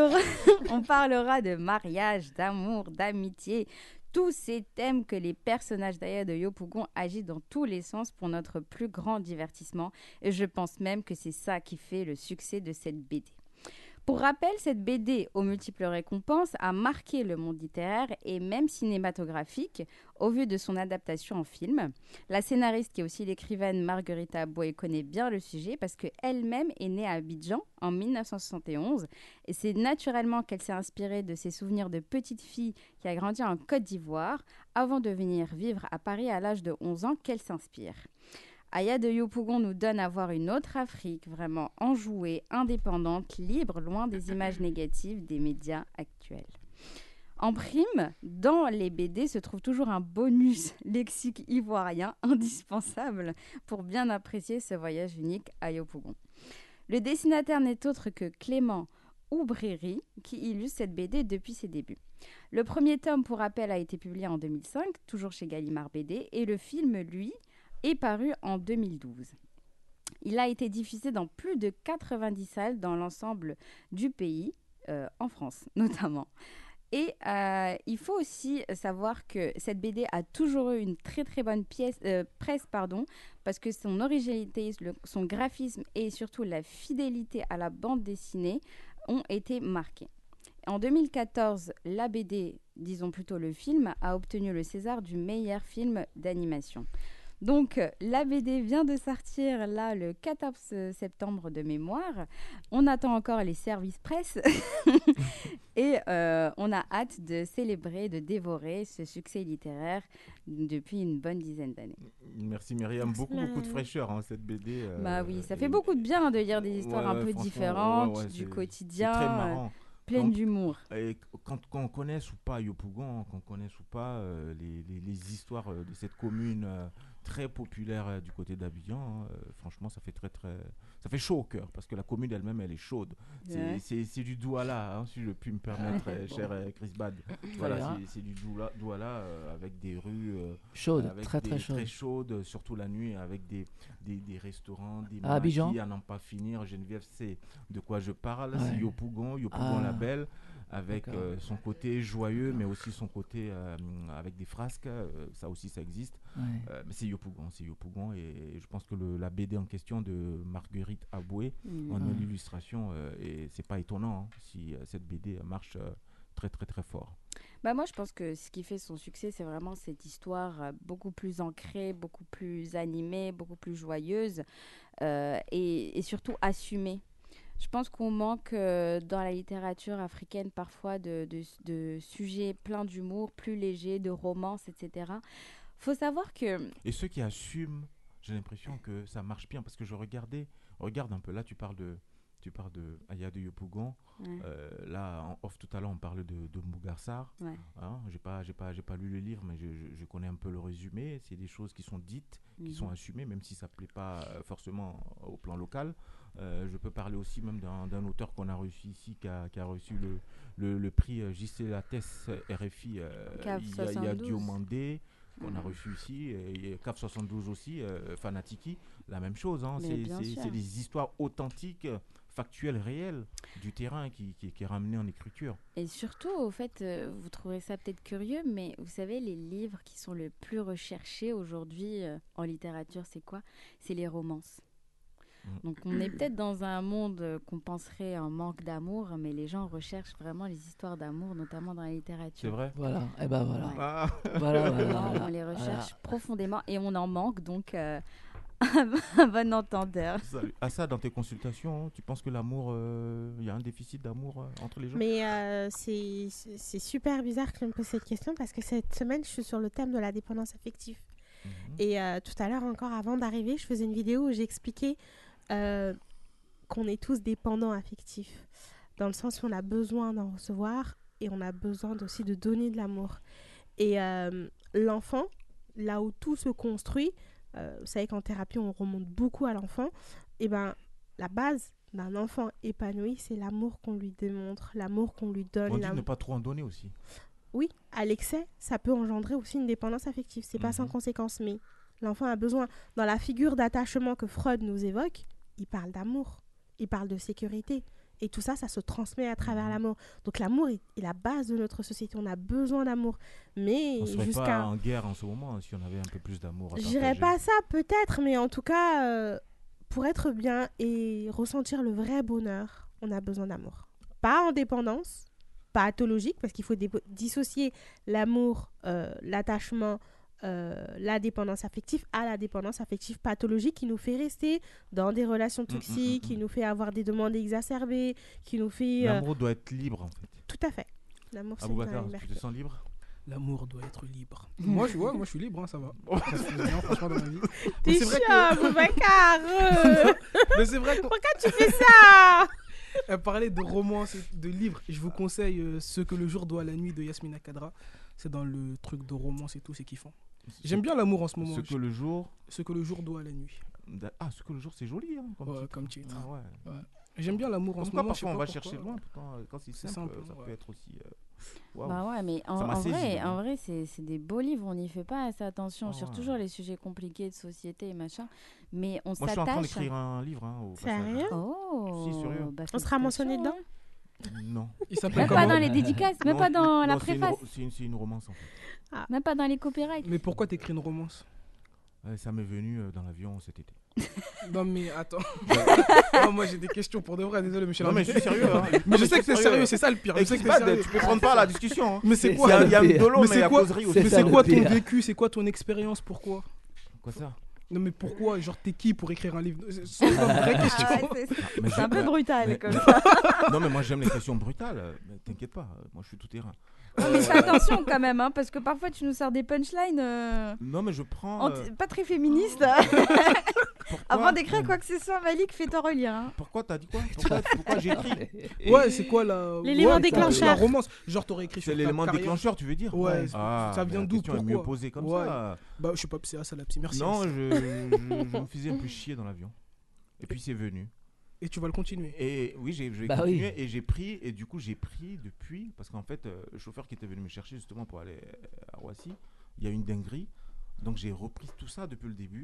parlera de mariage, d'amour, d'amitié, tous ces thèmes que les personnages d'Aya de Yopougon agitent dans tous les sens pour notre plus grand divertissement. Et je pense même que c'est ça qui fait le succès de cette BD. Pour rappel, cette BD aux multiples récompenses a marqué le monde littéraire et même cinématographique au vu de son adaptation en film. La scénariste qui est aussi l'écrivaine Marguerite Aboué connaît bien le sujet parce qu'elle-même est née à Abidjan en 1971 et c'est naturellement qu'elle s'est inspirée de ses souvenirs de petite fille qui a grandi en Côte d'Ivoire avant de venir vivre à Paris à l'âge de 11 ans qu'elle s'inspire. Aya de Yopougon nous donne à voir une autre Afrique vraiment enjouée, indépendante, libre, loin des images négatives des médias actuels. En prime, dans les BD se trouve toujours un bonus lexique ivoirien indispensable pour bien apprécier ce voyage unique à Yopougon. Le dessinateur n'est autre que Clément Oubriri qui illustre cette BD depuis ses débuts. Le premier tome, pour rappel, a été publié en 2005, toujours chez Gallimard BD, et le film, lui, est paru en 2012. Il a été diffusé dans plus de 90 salles dans l'ensemble du pays, en France notamment. Et il faut aussi savoir que cette BD a toujours eu une très très bonne presse, parce que son originalité, son graphisme et surtout la fidélité à la bande dessinée ont été marqués. En 2014, la BD, disons plutôt le film, a obtenu le César du meilleur film d'animation. Donc, la BD vient de sortir là le 14 septembre de mémoire. On attend encore les services presse et on a hâte de célébrer, de dévorer ce succès littéraire depuis une bonne dizaine d'années. Merci Myriam, beaucoup de fraîcheur hein, cette BD. Bah oui, ça fait beaucoup de bien de lire des histoires un peu différentes du quotidien. C'est très marrant. Pleine d'humour. Et quand on connaisse ou pas Yopougon, qu'on connaisse ou pas les histoires de cette commune très populaire du côté d'Abidjan, franchement ça fait ça fait chaud au cœur parce que la commune elle-même elle est chaude. Ouais. C'est du Douala, hein, si je puis me permettre, cher Chris Bad. Voilà, c'est du Douala avec des rues chaudes, avec très chaudes. Très chaudes, surtout la nuit, avec des restaurants, des Abidjan maquis à n'en pas finir. Geneviève sait de quoi je parle. Ouais. C'est Yopougon la Belle. avec D'accord. son côté joyeux, mais aussi son côté avec des frasques. Ça aussi, ça existe. Ouais. Mais c'est Yopougon, et je pense que la BD en question de Marguerite Aboué en est l'illustration, et c'est pas étonnant si cette BD marche très très très fort. Bah moi, je pense que ce qui fait son succès, c'est vraiment cette histoire beaucoup plus ancrée, beaucoup plus animée, beaucoup plus joyeuse et surtout assumée. Je pense qu'on manque dans la littérature africaine parfois de sujets pleins d'humour, plus légers, de romances, etc. Faut savoir que... Et ceux qui assument, j'ai l'impression que ça marche bien, parce que regarde un peu, là tu parles de Aya de Yopougon. Ouais. Là, en off tout à l'heure, on parle de Mougarsar. Ouais. Hein, j'ai pas lu le livre, mais je connais un peu le résumé. C'est des choses qui sont dites, qui sont assumées, même si ça plaît pas forcément au plan local. Je peux parler aussi même d'un auteur qu'on a reçu ici, qui a reçu le prix J.C. Lattès RFI il y a Diomandé, qu'on a reçu ici, et CAF 72 aussi, Fanatiki, la même chose. Hein, c'est des histoires authentiques, factuelles, réelles du terrain qui est ramené en écriture. Et surtout, au fait, vous trouverez ça peut-être curieux, mais vous savez, les livres qui sont le plus recherchés aujourd'hui en littérature, c'est quoi ? C'est les romances. Donc on est peut-être dans un monde qu'on penserait en manque d'amour, mais les gens recherchent vraiment les histoires d'amour, notamment dans la littérature. C'est vrai ? Voilà, et ben voilà. Ouais. Ah. Voilà. On les recherche profondément et on en manque, donc un bon entendeur. À ça, dans tes consultations, tu penses que l'amour, il y a un déficit d'amour entre les gens ? Mais c'est super bizarre que je me pose cette question parce que cette semaine, je suis sur le thème de la dépendance affective. Et tout à l'heure, encore avant d'arriver, je faisais une vidéo où j'expliquais qu'on est tous dépendants affectifs, dans le sens où on a besoin d'en recevoir et on a besoin aussi de donner de l'amour. Et l'enfant, là où tout se construit, vous savez qu'en thérapie, on remonte beaucoup à l'enfant, et ben la base d'un enfant épanoui, c'est l'amour qu'on lui démontre, l'amour qu'on lui donne. On dit ne pas trop en donner aussi. Oui, à l'excès, ça peut engendrer aussi une dépendance affective. C'est pas sans conséquence, mais l'enfant a besoin. Dans la figure d'attachement que Freud nous évoque, il parle d'amour, il parle de sécurité. Et tout ça, ça se transmet à travers l'amour. Donc l'amour est la base de notre société. On a besoin d'amour. Mais on serait pas en guerre en ce moment si on avait un peu plus d'amour à partager. Je dirais pas ça peut-être, mais en tout cas, pour être bien et ressentir le vrai bonheur, on a besoin d'amour. Pas en dépendance, pathologique, parce qu'il faut dissocier l'amour, l'attachement, la dépendance affective à la dépendance affective pathologique qui nous fait rester dans des relations toxiques, qui nous fait avoir des demandes exacerbées, qui nous fait... L'amour doit être libre, en fait. Tout à fait. L'amour, c'est Aboubacar, tu te sens libre ? L'amour doit être libre. moi, je suis libre, hein, ça va. Ça se passe bien, franchement, dans ma vie. T'es chiant, Aboubacar. Mais c'est vrai que... Pourquoi tu fais ça ? Elle parlait de romance, de livres. Je vous conseille Ce que le jour doit à la nuit de Yasmina Kadra. C'est dans le truc de romance et tout, c'est kiffant. J'aime bien l'amour en ce moment. Ce que le jour doit à la nuit. Ah, ce que le jour, c'est joli, hein, comme titre. Ah, ouais. J'aime bien l'amour en ce moment. Parfois on va chercher loin, pourtant, quand c'est simple, ça peut être aussi... Wow. Bah ouais, mais en vrai, c'est des beaux livres, on n'y fait pas assez attention sur toujours les sujets compliqués de société et machin, mais on s'attache. Moi, je suis en train d'écrire un livre, au passage. Sérieux ? Oh, si, sérieux. Bah, on sera mentionné dedans ? Non. Il s'appelle même pas dans les dédicaces, même pas dans la préface. C'est une romance, en fait. Même pas dans les copyrights. Mais pourquoi t'écris une romance ? Ça m'est venu dans l'avion cet été. Non mais attends. Non, moi j'ai des questions pour de vrai, désolé monsieur. Non mais je suis sérieux. Hein. Mais je sais que t'es sérieux, c'est ça le pire. Je sais que t'es sérieux. Tu peux prendre part à la discussion. Hein. Mais c'est quoi ? Il y a un dolo, mais il y a causerie aussi. Mais c'est quoi ton vécu ? C'est quoi ton expérience ? Pourquoi ? Quoi ça ? Non mais pourquoi ? Genre t'es qui pour écrire un livre ? C'est une vraie question. C'est un peu brutal comme ça. Non mais moi j'aime les questions brutales. Mais t'inquiète pas, moi je suis tout terrain. Non, mais fais attention quand même, hein, parce que parfois tu nous sors des punchlines non, mais je prends, pas très féministes. Avant d'écrire quoi que ce soit, Malik, fais-toi relire. Hein. Pourquoi t'as dit quoi ? Pourquoi j'ai écrit ? Ouais, c'est quoi la... l'élément déclencheur ? La romance. Genre t'aurais écrit sur c'est l'élément déclencheur, tu veux dire ? Ouais, ça vient d'où ? Pourquoi ? La question est mieux posée comme ça. Bah je suis pas psy, ça la psy, merci. Non, je me faisais un peu chier dans l'avion. Et puis c'est venu. Et tu vas le continuer. Et oui, j'ai continué et j'ai pris depuis, parce qu'en fait, le chauffeur qui était venu me chercher justement pour aller à Roissy, il y a une dinguerie. Donc j'ai repris tout ça depuis le début.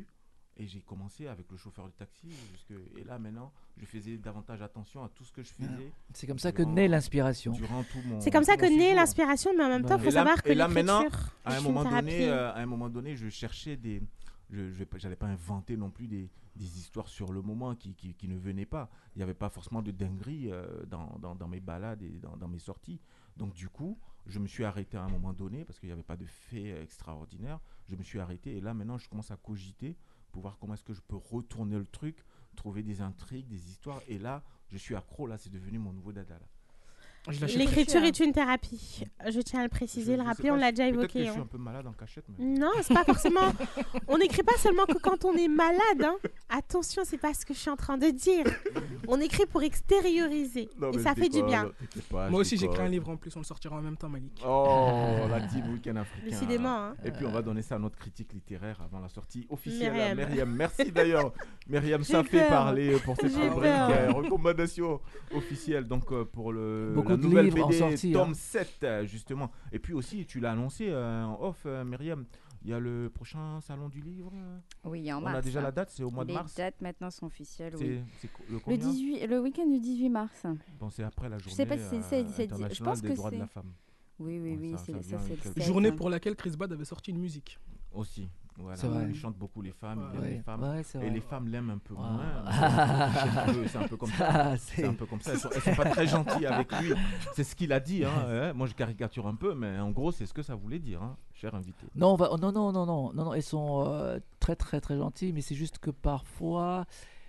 Et j'ai commencé avec le chauffeur de taxi. Et là, maintenant, je faisais davantage attention à tout ce que je faisais. C'est comme ça que naît l'inspiration. C'est comme ça que naît l'inspiration, mais en même temps, il faut savoir que maintenant, l'écriture à un moment donné, je cherchais des... j'allais pas inventer non plus des histoires sur le moment qui ne venaient pas. Il n'y avait pas forcément de dinguerie dans mes balades et dans mes sorties. Donc du coup, je me suis arrêté à un moment donné parce qu'il n'y avait pas de fait extraordinaire. Je me suis arrêté et là maintenant, je commence à cogiter pour voir comment est-ce que je peux retourner le truc, trouver des intrigues, des histoires. Et là, je suis accro. Là, c'est devenu mon nouveau dada. Là. L'écriture est une thérapie. Je tiens à le préciser, le rappeler, on l'a déjà évoqué. Peut-être que je suis un peu malade en cachette. Mais... Non, c'est pas forcément. On n'écrit pas seulement que quand on est malade. Hein. Attention, c'est pas ce que je suis en train de dire. On écrit pour extérioriser. Et ça fait du bien. Moi aussi, j'écris un livre en plus, on le sortira en même temps, Malik. Oh, la team Week-end africain. Décidément. Hein. Et puis, on va donner ça à notre critique littéraire avant la sortie officielle. Myriam. Merci d'ailleurs. Myriam, ça fait parler pour cette rubrique. Recommandation officielle. Donc, pour la nouvelle BD, tome 7, justement. Et puis aussi, tu l'as annoncé en off, Myriam. Il y a le prochain salon du livre. Oui, en mars. On a déjà la date, c'est au mois de mars. Les dates maintenant sont officielles. Oui. C'est le week-end du 18 mars. Bon, c'est après la journée je sais pas si c'est je pense des droits de la femme. Oui, c'est le journée pour laquelle Chris Bad avait sorti une musique. Aussi. Voilà. Il chante beaucoup les femmes, il aime les femmes. Et les femmes l'aiment un peu moins. C'est un peu comme ça. C'est un peu comme ça. Elles sont pas très gentilles avec lui. C'est ce qu'il a dit. Hein. Moi, je caricature un peu, mais en gros, c'est ce que ça voulait dire, hein, cher invité. Non, non. Elles sont très, très, très gentilles, mais c'est juste que parfois,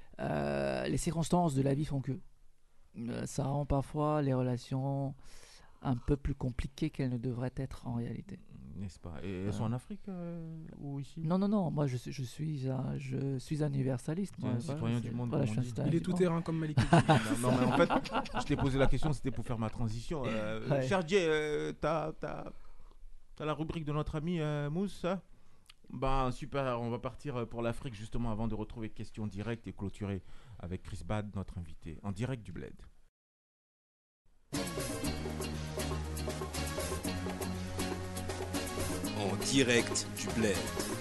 les circonstances de la vie font que ça rend parfois les relations un peu plus compliquées qu'elles ne devraient être en réalité. N'est-ce pas? Et elles sont en Afrique ou ici? Non. Moi, je suis un universaliste. Un citoyen du monde. Voilà, il est tout terrain comme Malik. non, mais en fait, je t'ai posé la question, c'était pour faire ma transition. Cher Dieu, t'as la rubrique de notre ami Mousse, hein? Ben super, on va partir pour l'Afrique justement avant de retrouver questions directes et clôturer avec Chris Bad, notre invité, en direct du Bled. En direct du Bled.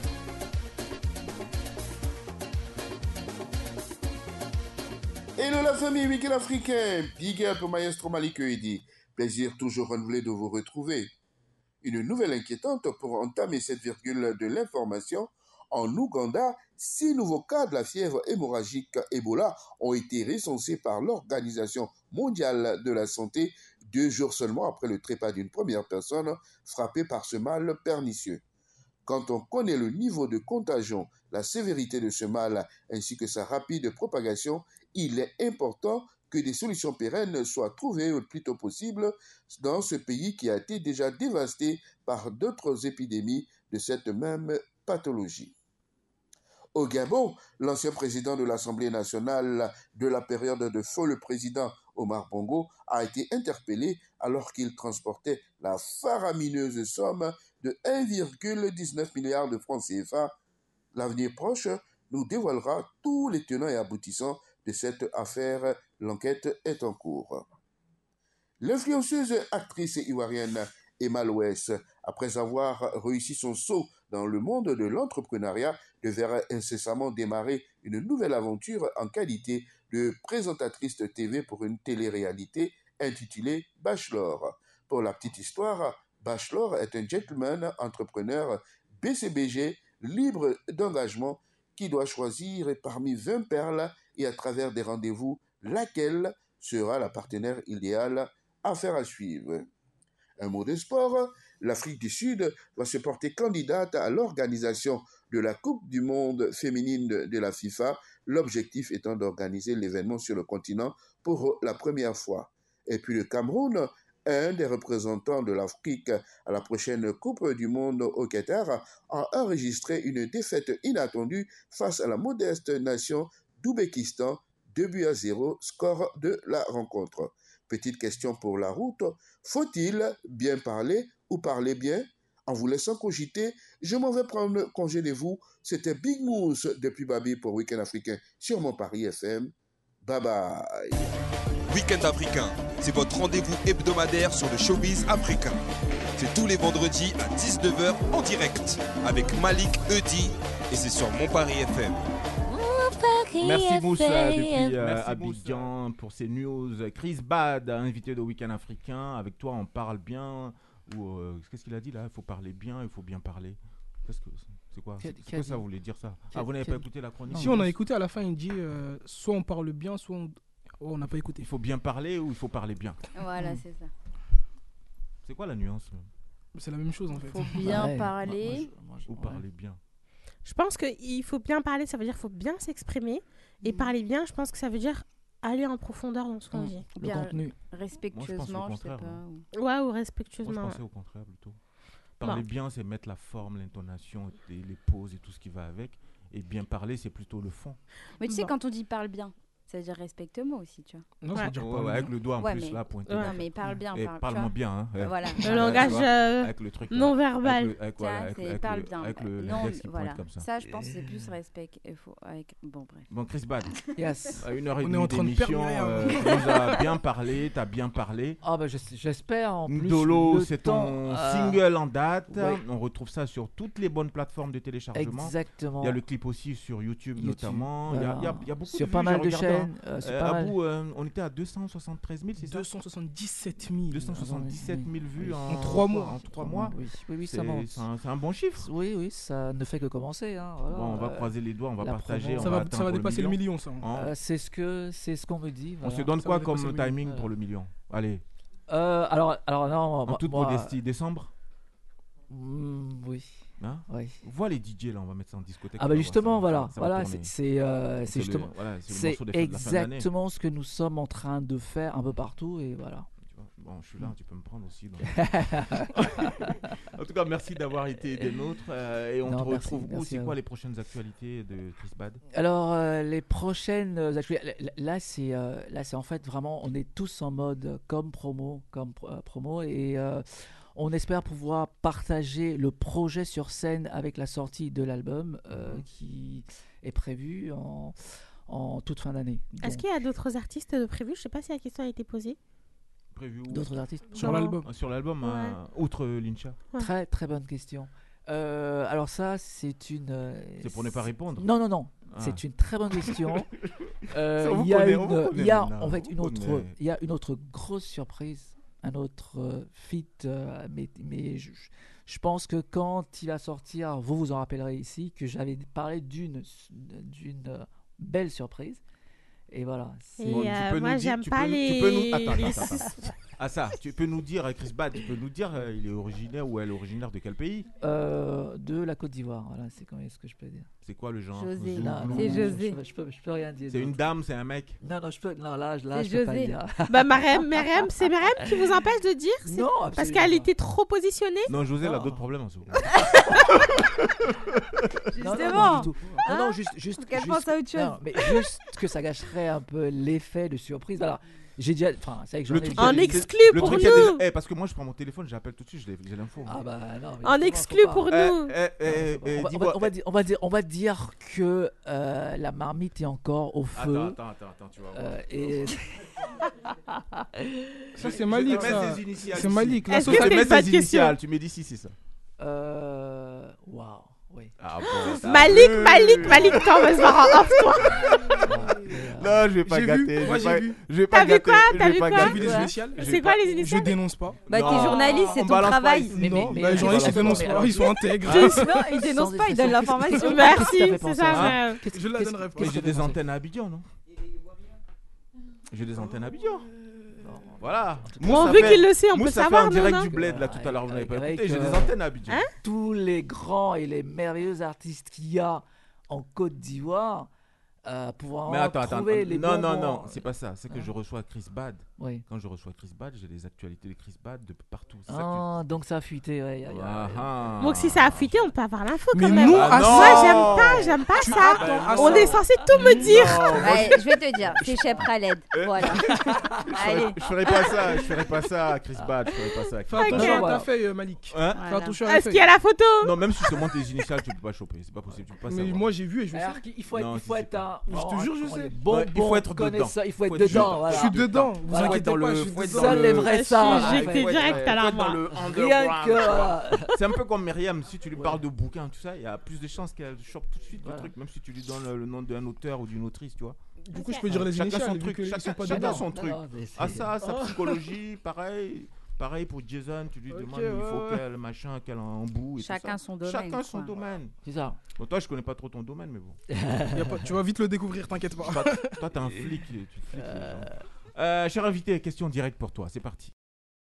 Hello la famille Week-end africain, big up maestro Malik Edi. Plaisir toujours renouvelé de vous retrouver. Une nouvelle inquiétante pour entamer cette virgule de l'information. En Ouganda, 6 nouveaux cas de la fièvre hémorragique Ebola ont été recensés par l'Organisation mondiale de la santé 2 jours seulement après le trépas d'une première personne frappée par ce mal pernicieux. Quand on connaît le niveau de contagion, la sévérité de ce mal ainsi que sa rapide propagation, il est important que des solutions pérennes soient trouvées le plus tôt possible dans ce pays qui a été déjà dévasté par d'autres épidémies de cette même pathologie. Au Gabon, l'ancien président de l'Assemblée nationale de la période de feu, le président Omar Bongo, a été interpellé alors qu'il transportait la faramineuse somme de 1,19 milliard de francs CFA. L'avenir proche nous dévoilera tous les tenants et aboutissants de cette affaire. L'enquête est en cours. L'influenceuse actrice ivoirienne Emma Loès, après avoir réussi son saut dans le monde de l'entrepreneuriat, devrait incessamment démarrer une nouvelle aventure en qualité de présentatrice de TV pour une télé-réalité intitulée Bachelor. Pour la petite histoire, Bachelor est un gentleman entrepreneur BCBG libre d'engagement qui doit choisir parmi 20 perles et à travers des rendez-vous laquelle sera la partenaire idéale. Affaire à suivre. Un mot de sport, l'Afrique du Sud va se porter candidate à l'organisation de la Coupe du monde féminine de la FIFA, l'objectif étant d'organiser l'événement sur le continent pour la première fois. Et puis le Cameroun, un des représentants de l'Afrique à la prochaine Coupe du monde au Qatar, a enregistré une défaite inattendue face à la modeste nation d'Ouzbékistan, 2-0, score de la rencontre. Petite question pour la route, faut-il bien parler ou parler bien? En vous laissant cogiter, je m'en vais prendre congé de vous. C'était Big Mousse depuis Babi pour Week-end africain sur mon Paris FM. Bye bye. Week-end africain, c'est votre rendez-vous hebdomadaire sur le showbiz africain. C'est tous les vendredis à 19h en direct avec Malik Edi et c'est sur mon Paris FM. Merci Moussa depuis Merci, Abidjan pour ces news. Chris Bad, invité de Week-end africain. Avec toi, on parle bien. Ou qu'est-ce qu'il a dit là? Il faut parler bien, il faut bien parler. C'est quoi? C'est quoi ça voulait dire ça? Vous n'avez pas écouté la chronique? Si, on a écouté à la fin, il dit soit on parle bien, soit on n'a pas écouté. Il faut bien parler ou il faut parler bien? Voilà, c'est ça. C'est quoi la nuance? C'est la même chose en fait. Il faut bien parler. Ou parler bien. Je pense qu'il faut bien parler, ça veut dire qu'il faut bien s'exprimer. Et parler bien, je pense que ça veut dire aller en profondeur dans ce qu'on dit. Le contenu. Respectueusement, je sais pas. Ouais, ou Moi, respectueusement. je pensais au contraire plutôt. Parler bien, c'est mettre la forme, l'intonation, les pauses et tout ce qui va avec. Et bien parler, c'est plutôt le fond. Mais tu sais, quand on dit parle bien, ça veut dire respecte-moi aussi, tu vois. Non, ça veut dire Ouais, avec le doigt en plus, mais... là, pointé. Non, mais parle bien. Parle-moi bien. Hein. Voilà. Le langage avec le truc, non verbal. Parle bien. Avec le non, l'index qui voilà. pointe comme ça. Ça, je pense que c'est plus respect. Bon, bref. Bon, Chris Bad. Yes. 1h30 d'émission. Tu nous as bien parlé, t'as bien parlé. Ah bah j'espère en plus. Dolo, c'est ton temps, single en date. ouais. On retrouve ça sur toutes les bonnes plateformes de téléchargement. Exactement. Il y a le clip aussi sur YouTube notamment. Voilà. Il y a beaucoup sur de pas vues, mal j'ai de regardé, chaînes. Sur pas mal. on était à 273 000, c'est ça? 277 000. 277 000 vues en 3 mois. En 3 mois. Oui, ça monte. C'est un bon chiffre. Oui, ça ne fait que commencer. Hein, voilà. Bon, on va croiser les doigts, on va partager. Ça va dépasser le million, ça. C'est ce qu'on me dit. On se donne quoi comme timing pour le million? Allez. Alors non. En toute modestie, décembre? Oui. Hein? Oui. Vois les DJ là, on va mettre ça en discothèque. Ah bah justement, voilà, c'est justement, c'est exactement ce que nous sommes en train de faire un peu partout et voilà. Bon, je suis là, tu peux me prendre aussi. En tout cas, merci d'avoir été des nôtres et on te retrouve où? C'est quoi les prochaines actualités de Chris Bad? Alors les prochaines actualités, là c'est en fait vraiment, on est tous en mode promo et on espère pouvoir partager le projet sur scène avec la sortie de l'album qui est prévu en toute fin d'année. Est-ce qu'il y a d'autres artistes de prévus? Je ne sais pas si la question a été posée. D'autres artistes sur l'album? Sur l'album, outre Lincha. Très très bonne question. Alors ça, c'est une... c'est pour ne pas répondre? Non. Ah. C'est une très bonne question. Il y a une autre grosse surprise. Un autre feat, mais je pense que quand il va sortir, vous vous en rappellerez ici, que j'avais parlé d'une belle surprise. Et voilà. Moi, j'aime pas les... Attends. Tu peux nous dire, Chris Bad, il est originaire ou elle est originaire de quel pays? De la Côte d'Ivoire. Voilà, c'est quand même ce que je peux dire. C'est quoi le genre? José. C'est José. Je peux rien dire. C'est une dame, c'est un mec? Non, je peux pas dire. Bah, Merem, c'est Merem qui vous empêche de dire? Non, absolument. Parce qu'elle était trop positionnée? Non, José, elle a d'autres problèmes en ce moment. Justement. Non, juste qu'elle pense à autre chose. Non, mais juste que ça gâcherait un peu l'effet de surprise. Voilà. J'ai déjà, c'est vrai que j'en ai en exclu pour nous. Déjà... parce que moi je prends mon téléphone, j'appelle tout de suite, j'ai l'info. Ah bah non. En exclu pour nous. On va dire que la marmite est encore au feu. Attends, tu vas voir. Et ça c'est Malik, ça. C'est Malik. Est-ce que c'est pas de question? Tu me dis si c'est ça. Waouh. Oui. Ah bon, Malik, toi, on va se voir en off, toi. Non, je vais pas gâter. Je vais pas gâter. T'as vu quoi? J'ai vu les initiales. C'est quoi les initiales? Je dénonce pas. Bah, t'es journaliste, c'est ton travail. Non, les journalistes ils dénoncent pas, ils sont intègres. Non, ils dénoncent pas, ils donnent l'information. Merci, c'est ça. Je la donnerai pas. Mais j'ai des antennes à Abidjan, non? J'ai des antennes à Abidjan. Voilà. Bon, vu qu'il le sait, on peut savoir. En direct du bled là tout à l'heure, vous n'avez pas écouté. J'ai des antennes à Abidjan. Tous les grands et les merveilleux artistes qu'il y a en Côte d'Ivoire, pouvoir trouver les bons moments. Non, c'est pas ça. C'est que je reçois Chris Bad. Oui. Quand je reçois Chris Bad, j'ai les actualités de Chris Bad de partout. Donc ça a fuité. Ouais. Donc si ça a fuité, on peut avoir l'info quand mais même. Nous, moi, j'aime pas ça. On est censé tout me dire. Je vais te dire, c'est Chef Khaled. Voilà. Allez. Je ferai pas ça à Chris Bad. Fais attention à ta feuille, Malik. Fais attention à la feuille. Est-ce qu'il y a la photo? Non, même si je te montre tes initiales, tu peux pas choper. C'est pas possible. Mais moi j'ai vu et je vais. Il faut être Moi, Je te jure, je sais. Bon, Ouais, il faut être dedans. Ça, il faut être Faut être dedans. dedans. Voilà. Je suis dedans. Vous Voilà. inquiétez Dans pas, le- je suis faut être dedans. dans Seuls le- les vrais Je savent. suis j'étais direct à la faut être dans main. le Rien underground. que. voilà. C'est un peu comme Myriam, si tu lui parles de bouquins, tout ça, il y a plus de chances qu'elle chope tout de suite Voilà. le truc, même si tu lui donnes le nom d'un auteur ou d'une autrice, tu vois. Du coup, je peux dire les Chacun initiales son vu truc, qu'ils sont chacun pas chacun dedans. son truc. Non, mais c'est- Ah ça, sa Oh. psychologie, pareil. Pareil pour Jason, tu lui Ok, demandes, il faut ouais. quel machin, quel embout et Chacun tout ça. son domaine. Chacun son quoi. domaine. C'est ça. Bon, toi, je connais pas trop ton domaine, mais bon. Y a pas- Tu vas vite le découvrir, t'inquiète pas. Toi, t'es un flic, tu flics les gens. Cher invité, question directe pour toi, c'est parti.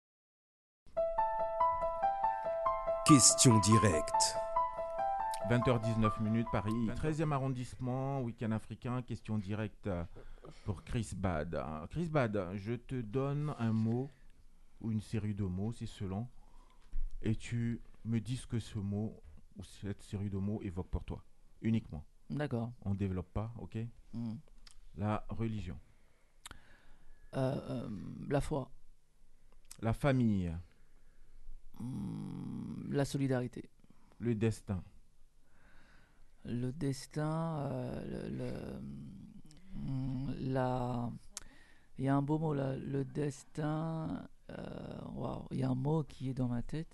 Question directe. 20h19 minutes, Paris, 13e arrondissement, week-end africain, question directe pour Chris Bad. Chris Bad, je te donne un mot ou une série de mots, c'est selon, et tu me dis ce que ce mot ou cette série de mots évoque pour toi, uniquement. D'accord. On ne développe pas, ok? Mm. La religion, La foi. la famille, La solidarité. le destin, Le destin. La. Il y a un beau mot là. Le destin. Waouh. Il y a un mot qui est dans ma tête.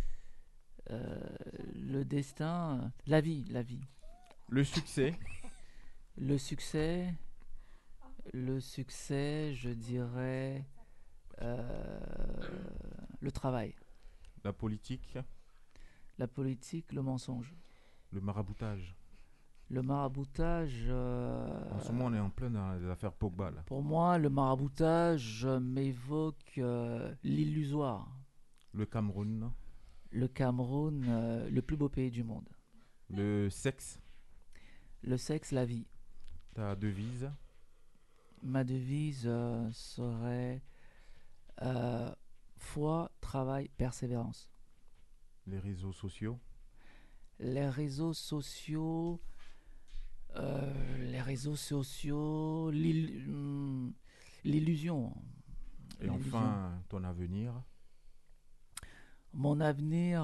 Le destin. La vie. La vie. le succès, Le succès. Le succès, je dirais. Le travail. la politique, La politique, le mensonge. le maraboutage. Le maraboutage. En ce moment, on est en plein dans les affaires Pogba, là. Pour moi, le maraboutage m'évoque l'illusoire. Le Cameroun, Le Cameroun, le plus beau pays du monde. le sexe, Le sexe, la vie. ta devise, Ma devise serait foi, travail, persévérance. les réseaux sociaux, Les réseaux sociaux, l'illusion. et enfin ton avenir. Mon avenir,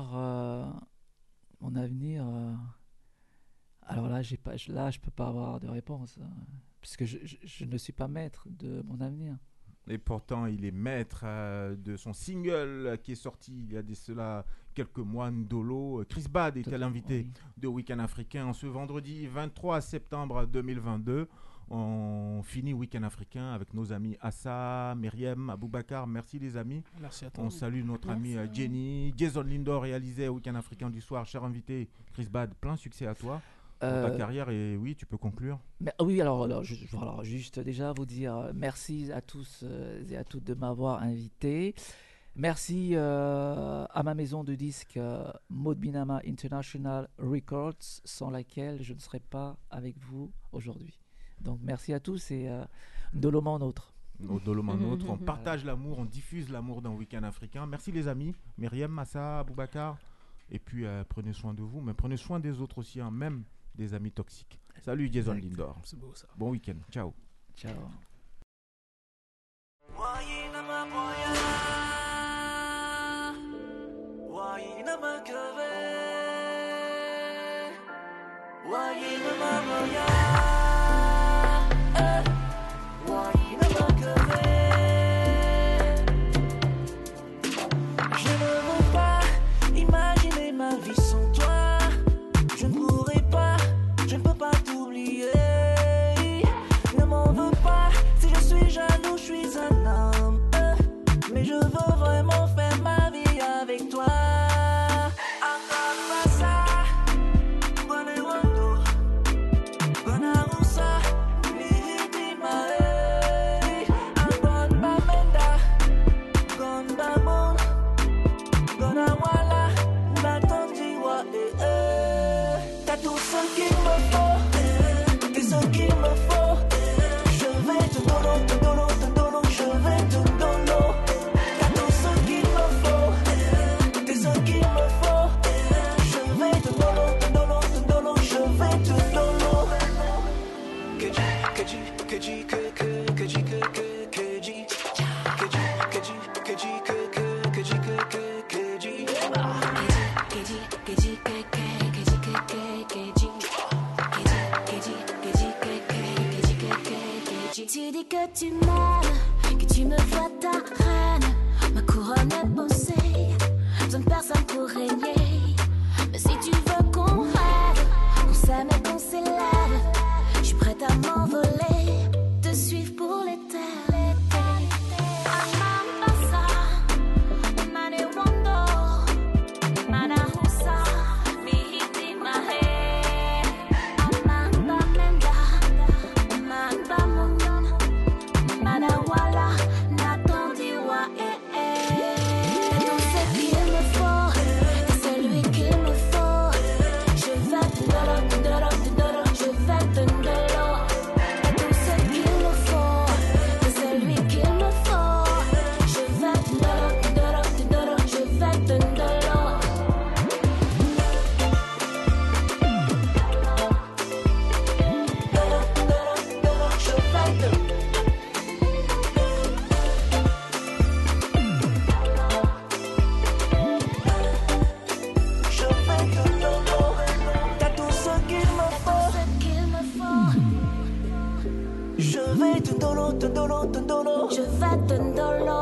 alors là, je peux pas avoir de réponse, puisque je ne suis pas maître de mon avenir. Et pourtant, il est maître de son single qui est sorti il y a de cela quelques mois, Ndolo. Chris Bad était l'invité de Week-end Africain en ce vendredi 23 septembre 2022. On finit Week-end Africain avec nos amis Assa, Myriam, Aboubakar. Merci les amis. Merci à toi. On salue notre ami Jenny. Jason Lindor réalisait Week-end Africain du soir. Cher invité, Chris Bad, plein succès à toi. Pour ta carrière, et oui, tu peux conclure. Oui, alors, juste déjà vous dire merci à tous et à toutes de m'avoir invité. Merci à ma maison de disques Maud Binama International Records, sans laquelle je ne serais pas avec vous aujourd'hui. Donc merci à tous et Doloman nôtre. Doloman nôtre, on partage l'amour, on diffuse l'amour dans Week-end Africain. Merci les amis, Myriam, Massa, Aboubakar. Et puis prenez soin de vous, mais prenez soin des autres aussi, hein, même des amis toxiques. Salut Jason Lindor. C'est beau ça. Bon week-end. Ciao. Ciao. Je ne veux pas imaginer ma vie sans toi. Je ne pourrai pas, je ne peux pas t'oublier. Ne m'en veux pas si je suis jaloux, je suis un homme. Mais je veux vraiment faire ma vie avec toi. Encore pas ça, bonne tu me vois ta reine, ma couronne est posée. Besoin de personne pour régner. Mais si tu veux qu'on rêve, qu'on s'aime et qu'on s'élève, je suis prête à m'envoler, te suivre pour l'éternité. Je vais te dolo,